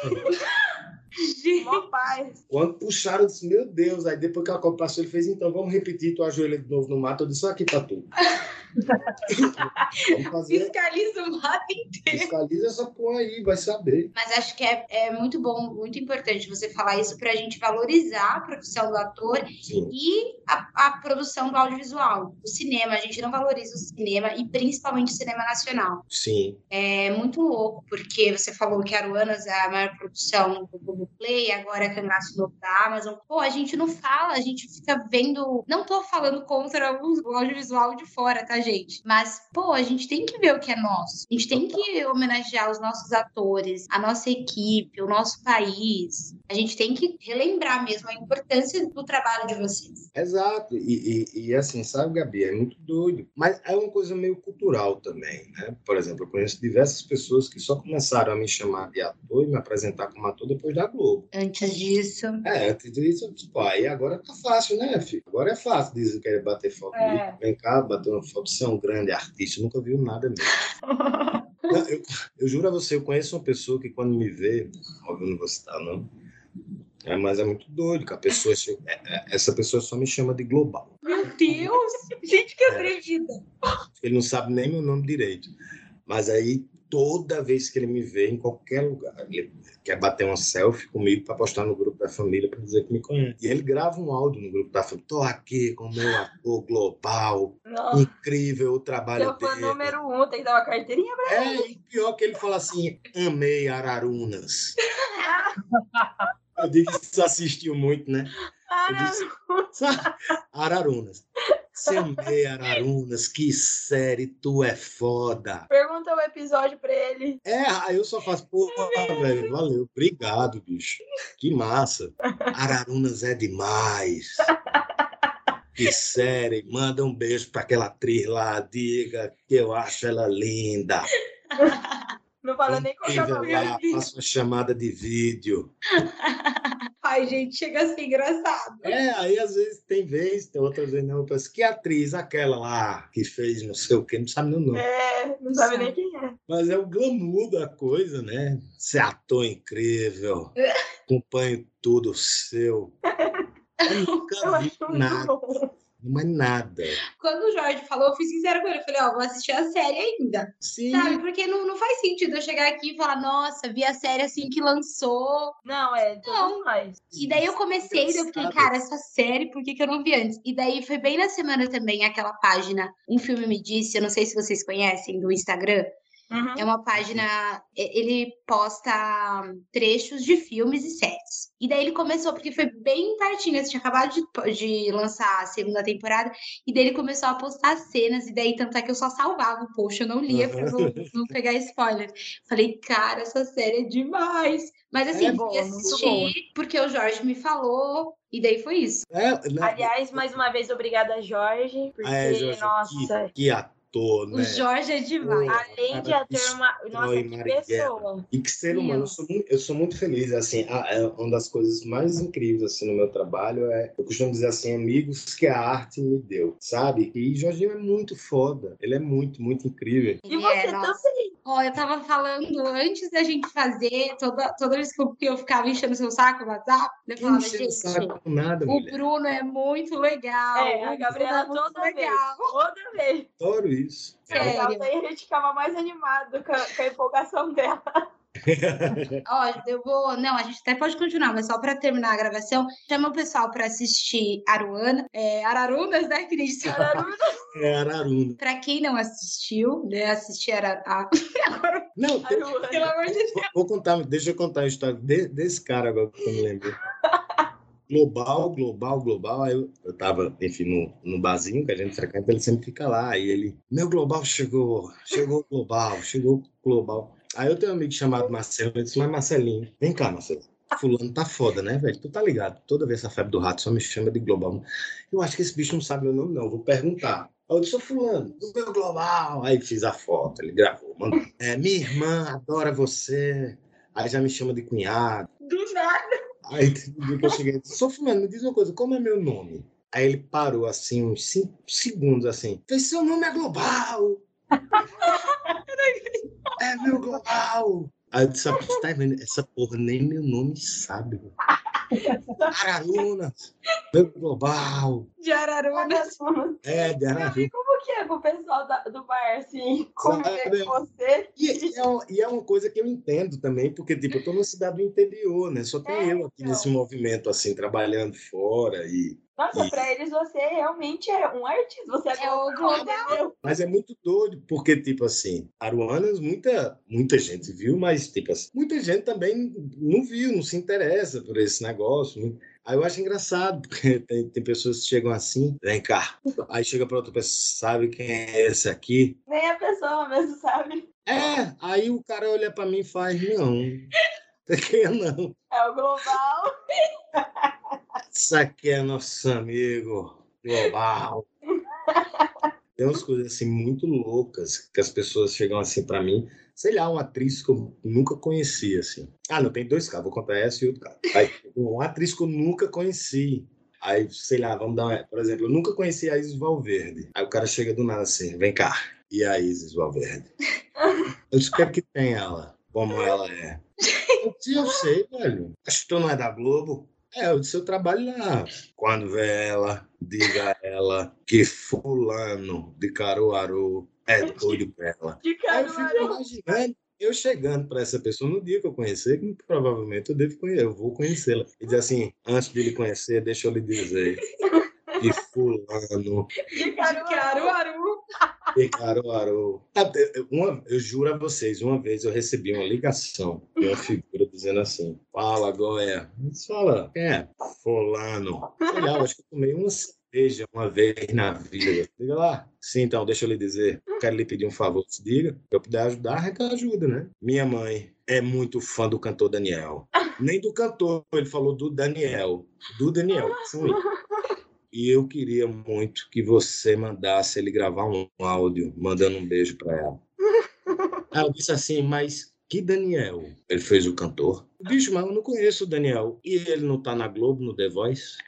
Mó paz. Quando puxaram, eu disse, meu Deus. Aí depois que a cobra passou, ele fez, então, vamos repetir, tu ajoelha de novo no mato. Eu disse, aqui tá tu. Vamos fazer. Fiscaliza o mato inteiro. Fiscaliza essa porra aí, vai saber. Mas acho que é, é muito bom, muito importante você falar isso pra gente valorizar a profissão do ator Sim. e a, a produção do audiovisual. O cinema, a gente não valoriza o cinema e principalmente o cinema nacional. Sim. É muito louco, porque você falou que Aruanas é a maior produção do Globoplay, agora é Cangaço Novo da Amazon. Pô, a gente não fala, a gente fica vendo... Não tô falando contra o audiovisual de fora, tá, gente? Mas, pô, a gente tem que ver o que é nosso. A gente tem que homenagear os nossos atores, a nossa equipe, o nosso país. A gente tem que relembrar mesmo a importância do trabalho de vocês. Exato. E, e, e assim, sabe, Gabi, é muito doido. Mas é uma coisa meio cultural também, né? Por exemplo, eu conheço diversas pessoas que só começaram a me chamar de ator e me apresentar como ator depois da Globo. Antes disso... É, antes disso, tipo, aí agora tá fácil, né, filho? Agora é fácil, diz que quer bater foto. É. Vem cá, bater uma foto, você é um grande artista, nunca viu nada mesmo. Não, eu, eu juro a você, eu conheço uma pessoa que quando me vê, óbvio, eu não vou citar, não, é, mas é muito doido, que a pessoa, essa pessoa só me chama de global. Meu Deus! Gente, que atrevida! Ele não sabe nem meu nome direito. Mas aí, toda vez que ele me vê em qualquer lugar, ele quer bater uma selfie comigo para postar no grupo da família para dizer que me conhece. E ele grava um áudio no grupo da família. Tô aqui com o meu ator global. Nossa. Incrível o trabalho Seu fã dele. número um, tem que dar uma carteirinha pra É, e pior que ele fala assim, amei Ararunas. Eu digo que você assistiu muito, né? Eu disse, Ararunas. Você amei Ararunas, que série, tu é foda. Pergunta o episódio pra ele. É, aí eu só faço, pô, velho, valeu, obrigado, bicho. Que massa. Ararunas é demais. Que série, manda um beijo pra aquela atriz lá, diga que eu acho ela linda. Não fala nem com o lá, faço uma chamada de vídeo. Ai, gente, chega a ser engraçado. É, aí às vezes tem vez, tem outras vezes não. Eu penso, que atriz, aquela lá que fez não sei o quê, não sabe nem o nome. É, não sabe nem quem é. Mas é o glamour da coisa, né? Ser ator incrível, acompanho tudo seu. Eu nunca vi nada. Não é nada. Quando o Jorge falou, eu fui sincera com ele. Eu falei, ó, oh, vou assistir a série ainda. Sim. Sabe? Porque não, não faz sentido eu chegar aqui e falar, nossa, vi a série assim que lançou. Não, é, todos nós. E daí eu comecei, eu fiquei, cara, essa série, por que, que eu não vi antes? E daí foi bem na semana também aquela página, Um Filme Me Disse, eu não sei se vocês conhecem, do Instagram. Uhum. É uma página, ele posta trechos de filmes e séries. E daí ele começou, porque foi bem pertinho, assim, tinha acabado de, de lançar a segunda temporada, e daí ele começou a postar cenas, e daí tanto é que eu só salvava o post, eu não lia pra não, não pegar spoiler. Falei, cara, essa série é demais. Mas assim, É fui boa, assistir porque o Jorge me falou, e daí foi isso. É, né? Aliás, mais uma vez, obrigada, Jorge, porque, É, Jorge, nossa... Que, que ator, né? O Jorge é demais. Além de ator, uma... nossa, que pessoa. E que ser humano. Eu sou, muito, eu sou muito feliz, assim, a, é uma das coisas mais incríveis, assim, no meu trabalho é, eu costumo dizer assim, amigos que a arte me deu, sabe? E Jorginho é muito foda, ele é muito, muito incrível. E você é, também. Ó, eu tava falando antes da gente fazer, toda, toda vez que eu, que eu ficava enchendo seu saco no WhatsApp, eu falava, gente, saco nada, o mulher. Bruno é muito legal. É, a Gabriela é muito toda legal. vez, toda vez. Adoro isso. Sério. Daí a gente ficava mais animado com a, com a empolgação dela. Ó, eu vou. Não, a gente até pode continuar, mas só para terminar a gravação, chama o pessoal para assistir Aruana, é, Ararunas, né, Cris? Ararunas. É Araruna. Para quem não assistiu, né, assistir Araruna. Agora, Não, tem, pelo amor de Deus. vou contar, deixa eu contar a história de, desse cara agora que eu me lembro. Global, global, global. Aí eu, eu tava, enfim, no, no barzinho que a gente frequenta, ele sempre fica lá. Aí ele, meu global chegou, chegou o global, chegou o global. Aí eu tenho um amigo chamado Marcelo, ele disse, mas Marcelinho, vem cá, Marcelo. Fulano tá foda, né, velho? Tu tá ligado? Toda vez essa febre do rato só me chama de global. Eu acho que esse bicho não sabe meu nome, não. Vou perguntar. Aí eu disse, sou fulano, do meu global. Aí fiz a foto, ele gravou. Mandou. É, minha irmã adora você. Aí já me chama de cunhado. Do nada. Aí no dia que eu cheguei, disse, sou fulano, me diz uma coisa, como é meu nome? Aí ele parou assim, uns cinco segundos assim. Fez, seu nome é global. É meu global. Aí eu disse, você tá vendo? Essa porra nem meu nome sabe. Ararunas, meu global. De Ararunas. É, de Ararunas. Como que é com o pessoal da, do bar, assim? Como é Sabe? com você? E, e, é uma, e é uma coisa que eu entendo também, porque, tipo, eu tô numa cidade do interior, né? Só tem É, eu aqui então. nesse movimento, assim, trabalhando fora e... Nossa, e... pra eles você realmente é um artista. Você é, É o global, global. entendeu? Mas é muito doido, porque, tipo assim, Aruanas, muita, muita gente viu, mas, tipo assim, muita gente também não viu, não se interessa por esse negócio. Não... Aí eu acho engraçado, porque tem, tem pessoas que chegam assim, vem cá. Aí chega pra outra pessoa, sabe quem é esse aqui? Nem a pessoa mesmo sabe. É, aí o cara olha pra mim e faz, não, quem é não? É o global. Isso aqui é nosso amigo global. Tem umas coisas assim muito loucas que as pessoas chegam assim pra mim, sei lá, uma atriz que eu nunca conheci assim. Ah, não, tem dois casos, vou contar essa e outro caso. Aí, uma atriz que eu nunca conheci. Aí, sei lá, vamos dar uma... Por exemplo, eu nunca conheci a Isis Valverde. Aí o cara chega do nada assim, vem cá. E a Isis Valverde? Eu disse, o que é que tem ela? Como ela é? Eu disse, eu sei, velho. Acho que tu não é da Globo. É, eu disse, eu trabalho lá. Quando vê ela, diga a ela que fulano de Caruaru é doido pra ela. De Aí eu fico Caruaru. imaginando, eu chegando para essa pessoa no dia que eu conhecer, que provavelmente eu devo conhecer, eu vou conhecê-la. E dizer assim, antes de lhe conhecer, deixa eu lhe dizer que fulano De Caruaru. Caruaru. de Caruaru. Até, uma, eu juro a vocês, uma vez eu recebi uma ligação de uma figura dizendo assim, fala, Goia. Fala, quem é? Fulano. Sei lá, eu acho que eu tomei uma cerveja uma vez na vida. Diga lá. Sim, então, deixa eu lhe dizer. Quero lhe pedir um favor. Se diga. Se eu puder ajudar, a gente ajuda, né? Minha mãe é muito fã do cantor Daniel. Nem do cantor, ele falou do Daniel. Do Daniel. Sim. E eu queria muito que você mandasse ele gravar um áudio mandando um beijo para ela. Aí eu disse assim, mas que Daniel? Ele fez o cantor. Bicho, mas eu não conheço o Daniel. E ele não tá na Globo, no The Voice?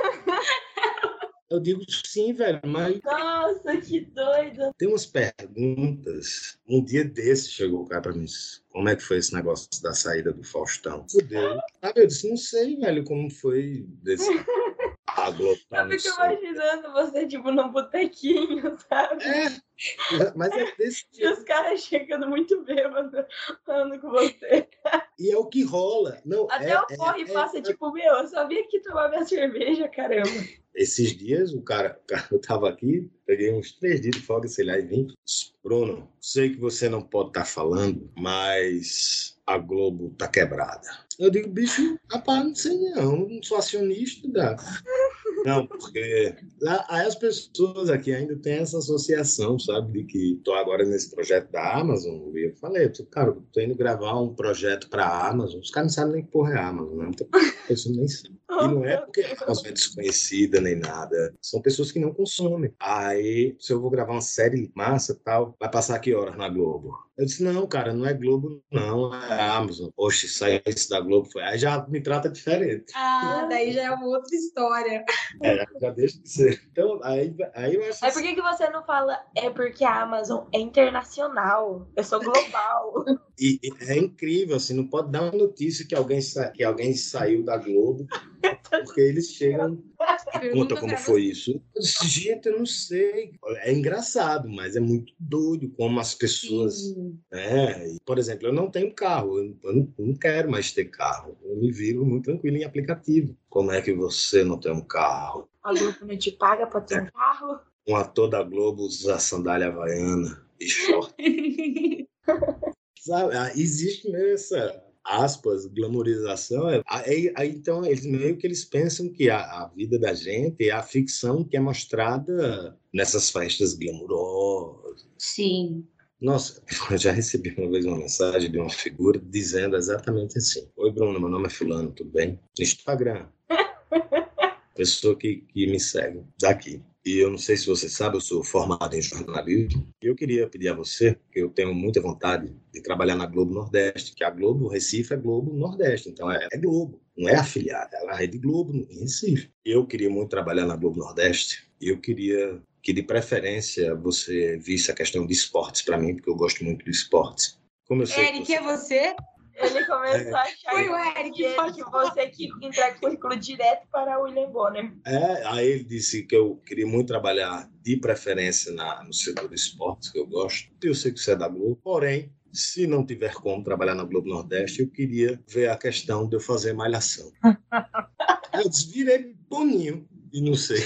Eu digo, sim, velho, mas Nossa, que doido. tem umas perguntas. Um dia desse chegou o cara pra mim, como é que foi esse negócio da saída do Faustão? Fudeu. Sabe, eu disse, não sei, velho, como foi desse... A Globo tá Eu no fico céu. imaginando você, tipo, num botequinho, sabe? É, mas é desse E tipo. os caras chegando muito bêbados, falando com você. E é o que rola. Não, Até é, o porre é, passa, é, tipo, meu, eu só vim aqui tomar minha cerveja, caramba. Esses dias, o cara, o cara, eu tava aqui, peguei uns três dias de folga, sei lá, e vim. Bruno, sei que você não pode estar falando, mas a Globo tá quebrada. Eu digo, bicho, rapaz, não sei não, não sou acionista da... Não, porque lá, aí as pessoas aqui ainda têm essa associação, sabe, de que estou agora nesse projeto da Amazon, e eu falei, eu tô, cara, tô indo gravar um projeto para a Amazon, os caras não sabem nem que porra é a Amazon, né? Então, a pessoa nem sabe. E não é porque a Amazon é desconhecida nem nada. São pessoas que não consomem. Aí, se eu vou gravar uma série massa e tal, vai passar que horas na Globo? Eu disse, não, cara, não é Globo, não, é Amazon. Poxa, saiu isso da Globo. Foi. Aí já me trata diferente. Ah, daí já é uma outra história. É, já deixa de ser. Então, aí, aí eu acho... Aí por que, que você não fala, é porque a Amazon é internacional, eu sou global? E, e é incrível, assim, não pode dar uma notícia que alguém, sa... que alguém saiu da Globo, porque eles chegam e contam como foi isso. Eu disse, gente, eu não sei. É engraçado, mas é muito doido como as pessoas... Né? E, por exemplo, eu não tenho carro, eu não, eu não quero mais ter carro. Eu me viro muito tranquilo em aplicativo. Como é que você não tem um carro? A Globo não te paga pra ter um carro? Um ator da Globo usa sandália havaiana e short. Sabe? Existe mesmo essa, aspas, glamorização. Aí, aí, então, eles meio que eles pensam que a, a vida da gente é a ficção que é mostrada nessas festas glamourosas. Sim. Nossa, eu já recebi uma vez uma mensagem de uma figura dizendo exatamente assim. Oi, Bruno, meu nome é fulano, tudo bem? No Instagram. Pessoa que, que me segue daqui. E eu não sei se você sabe, eu sou formado em jornalismo. E eu queria pedir a você, que eu tenho muita vontade de trabalhar na Globo Nordeste, que a Globo Recife é Globo Nordeste, então é, é Globo, não é afiliada, é a Rede Globo em Recife. Eu queria muito trabalhar na Globo Nordeste e eu queria que, de preferência, você visse a questão de esportes para mim, porque eu gosto muito de esportes. Como eu sei Eric, que você... é você? Ele começou a achar Foi o Eric que, ele, que você que entrega currículo direto para o William Bonner. É, aí ele disse que eu queria muito trabalhar de preferência na, no setor de esportes, que eu gosto. Eu sei que você é da Globo, porém, se não tiver como trabalhar na Globo Nordeste, eu queria ver a questão de eu fazer malhação. Eu desvirei boninho e não sei.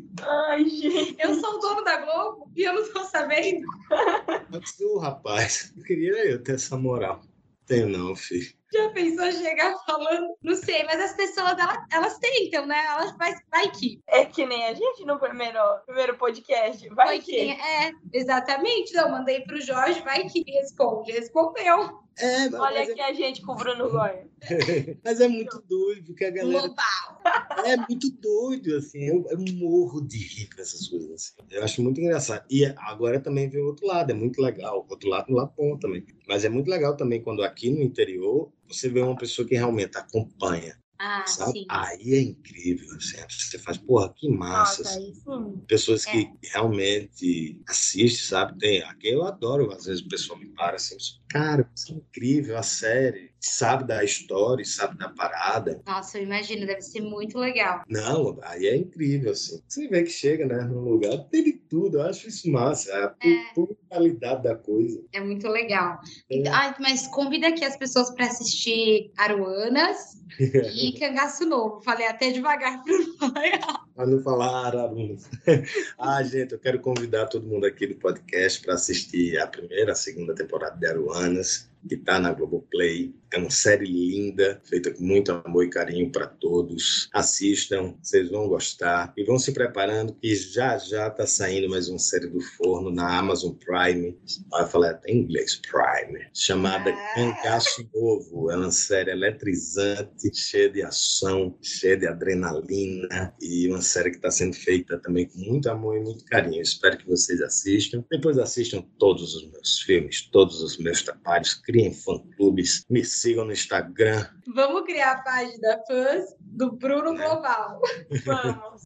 Ai, gente. Eu sou o dono da Globo e eu não tô sabendo. Mas, ô, rapaz, eu queria eu ter essa moral. Tenho não, filho. Já pensou chegar falando? Não sei, mas as pessoas, elas, elas tentam, né? Elas vai, vai que. É que nem a gente no primeiro, primeiro podcast. Vai, vai que. que. É, exatamente. Não, mandei pro Jorge, vai que responde. Respondeu. É, olha aqui é... a gente com o Bruno Goya. Mas é muito doido, porque a galera... Global. É muito doido, assim. Eu, eu morro de rir com essas coisas, assim. Eu acho muito engraçado. E agora também vem o outro lado, é muito legal. O outro lado, lá bom também. Mas é muito legal também quando aqui no interior você vê uma pessoa que realmente acompanha. Ah, sabe? sim. Aí é incrível, assim. Você faz, porra, que massa. Nossa, aí sim. Pessoas que é. realmente assistem, sabe? Tem, aqui eu adoro, às vezes o pessoal me para assim, cara, isso é incrível, a série, sabe da história, sabe da parada. Nossa, eu imagino, deve ser muito legal. Não, aí é incrível, assim. Você vê que chega, né, num lugar, tem de tudo, eu acho isso massa, a É. pluralidade da coisa. É muito legal. É. Então, ai, mas convida aqui as pessoas para assistir Aruanas e Cangaço Novo. Falei até devagar para não falar. Para não falar Ararunas. Ah, gente, eu quero convidar todo mundo aqui do podcast para assistir a primeira, a segunda temporada de Aruanas, que está na Globoplay. É uma série linda, feita com muito amor e carinho para todos. Assistam, vocês vão gostar. E vão se preparando, que já já está saindo mais uma série do forno na Amazon Prime. Eu falei até em inglês, Prime. Chamada Ah. Cangaço Novo. É uma série eletrizante, cheia de ação, cheia de adrenalina. E uma série que está sendo feita também com muito amor e muito carinho. Eu espero que vocês assistam. Depois assistam todos os meus filmes, todos os meus trabalhos. Criem fã-clubes. Me sigam no Instagram. Vamos criar a página fãs do Bruno Global. Vamos.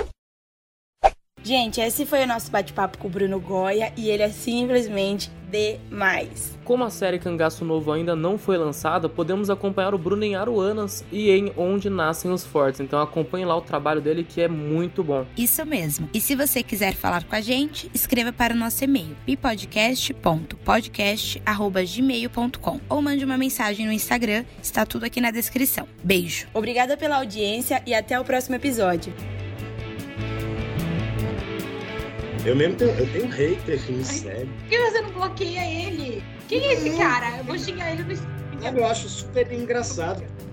Gente, esse foi o nosso bate-papo com o Bruno Goya e ele é simplesmente demais. Como a série Cangaço Novo ainda não foi lançada, podemos acompanhar o Bruno em Aruanas e em Onde Nascem os Fortes. Então acompanhe lá o trabalho dele, que é muito bom. Isso mesmo. E se você quiser falar com a gente, escreva para o nosso e-mail pipodcast ponto podcast arroba gmail ponto com ou mande uma mensagem no Instagram, está tudo aqui na descrição. Beijo! Obrigada pela audiência e até o próximo episódio. Eu mesmo tenho, eu tenho um hater que me segue. Por que você não bloqueia ele? Quem é esse cara? Eu vou xingar ele no Instagram. Sabe, eu acho super engraçado.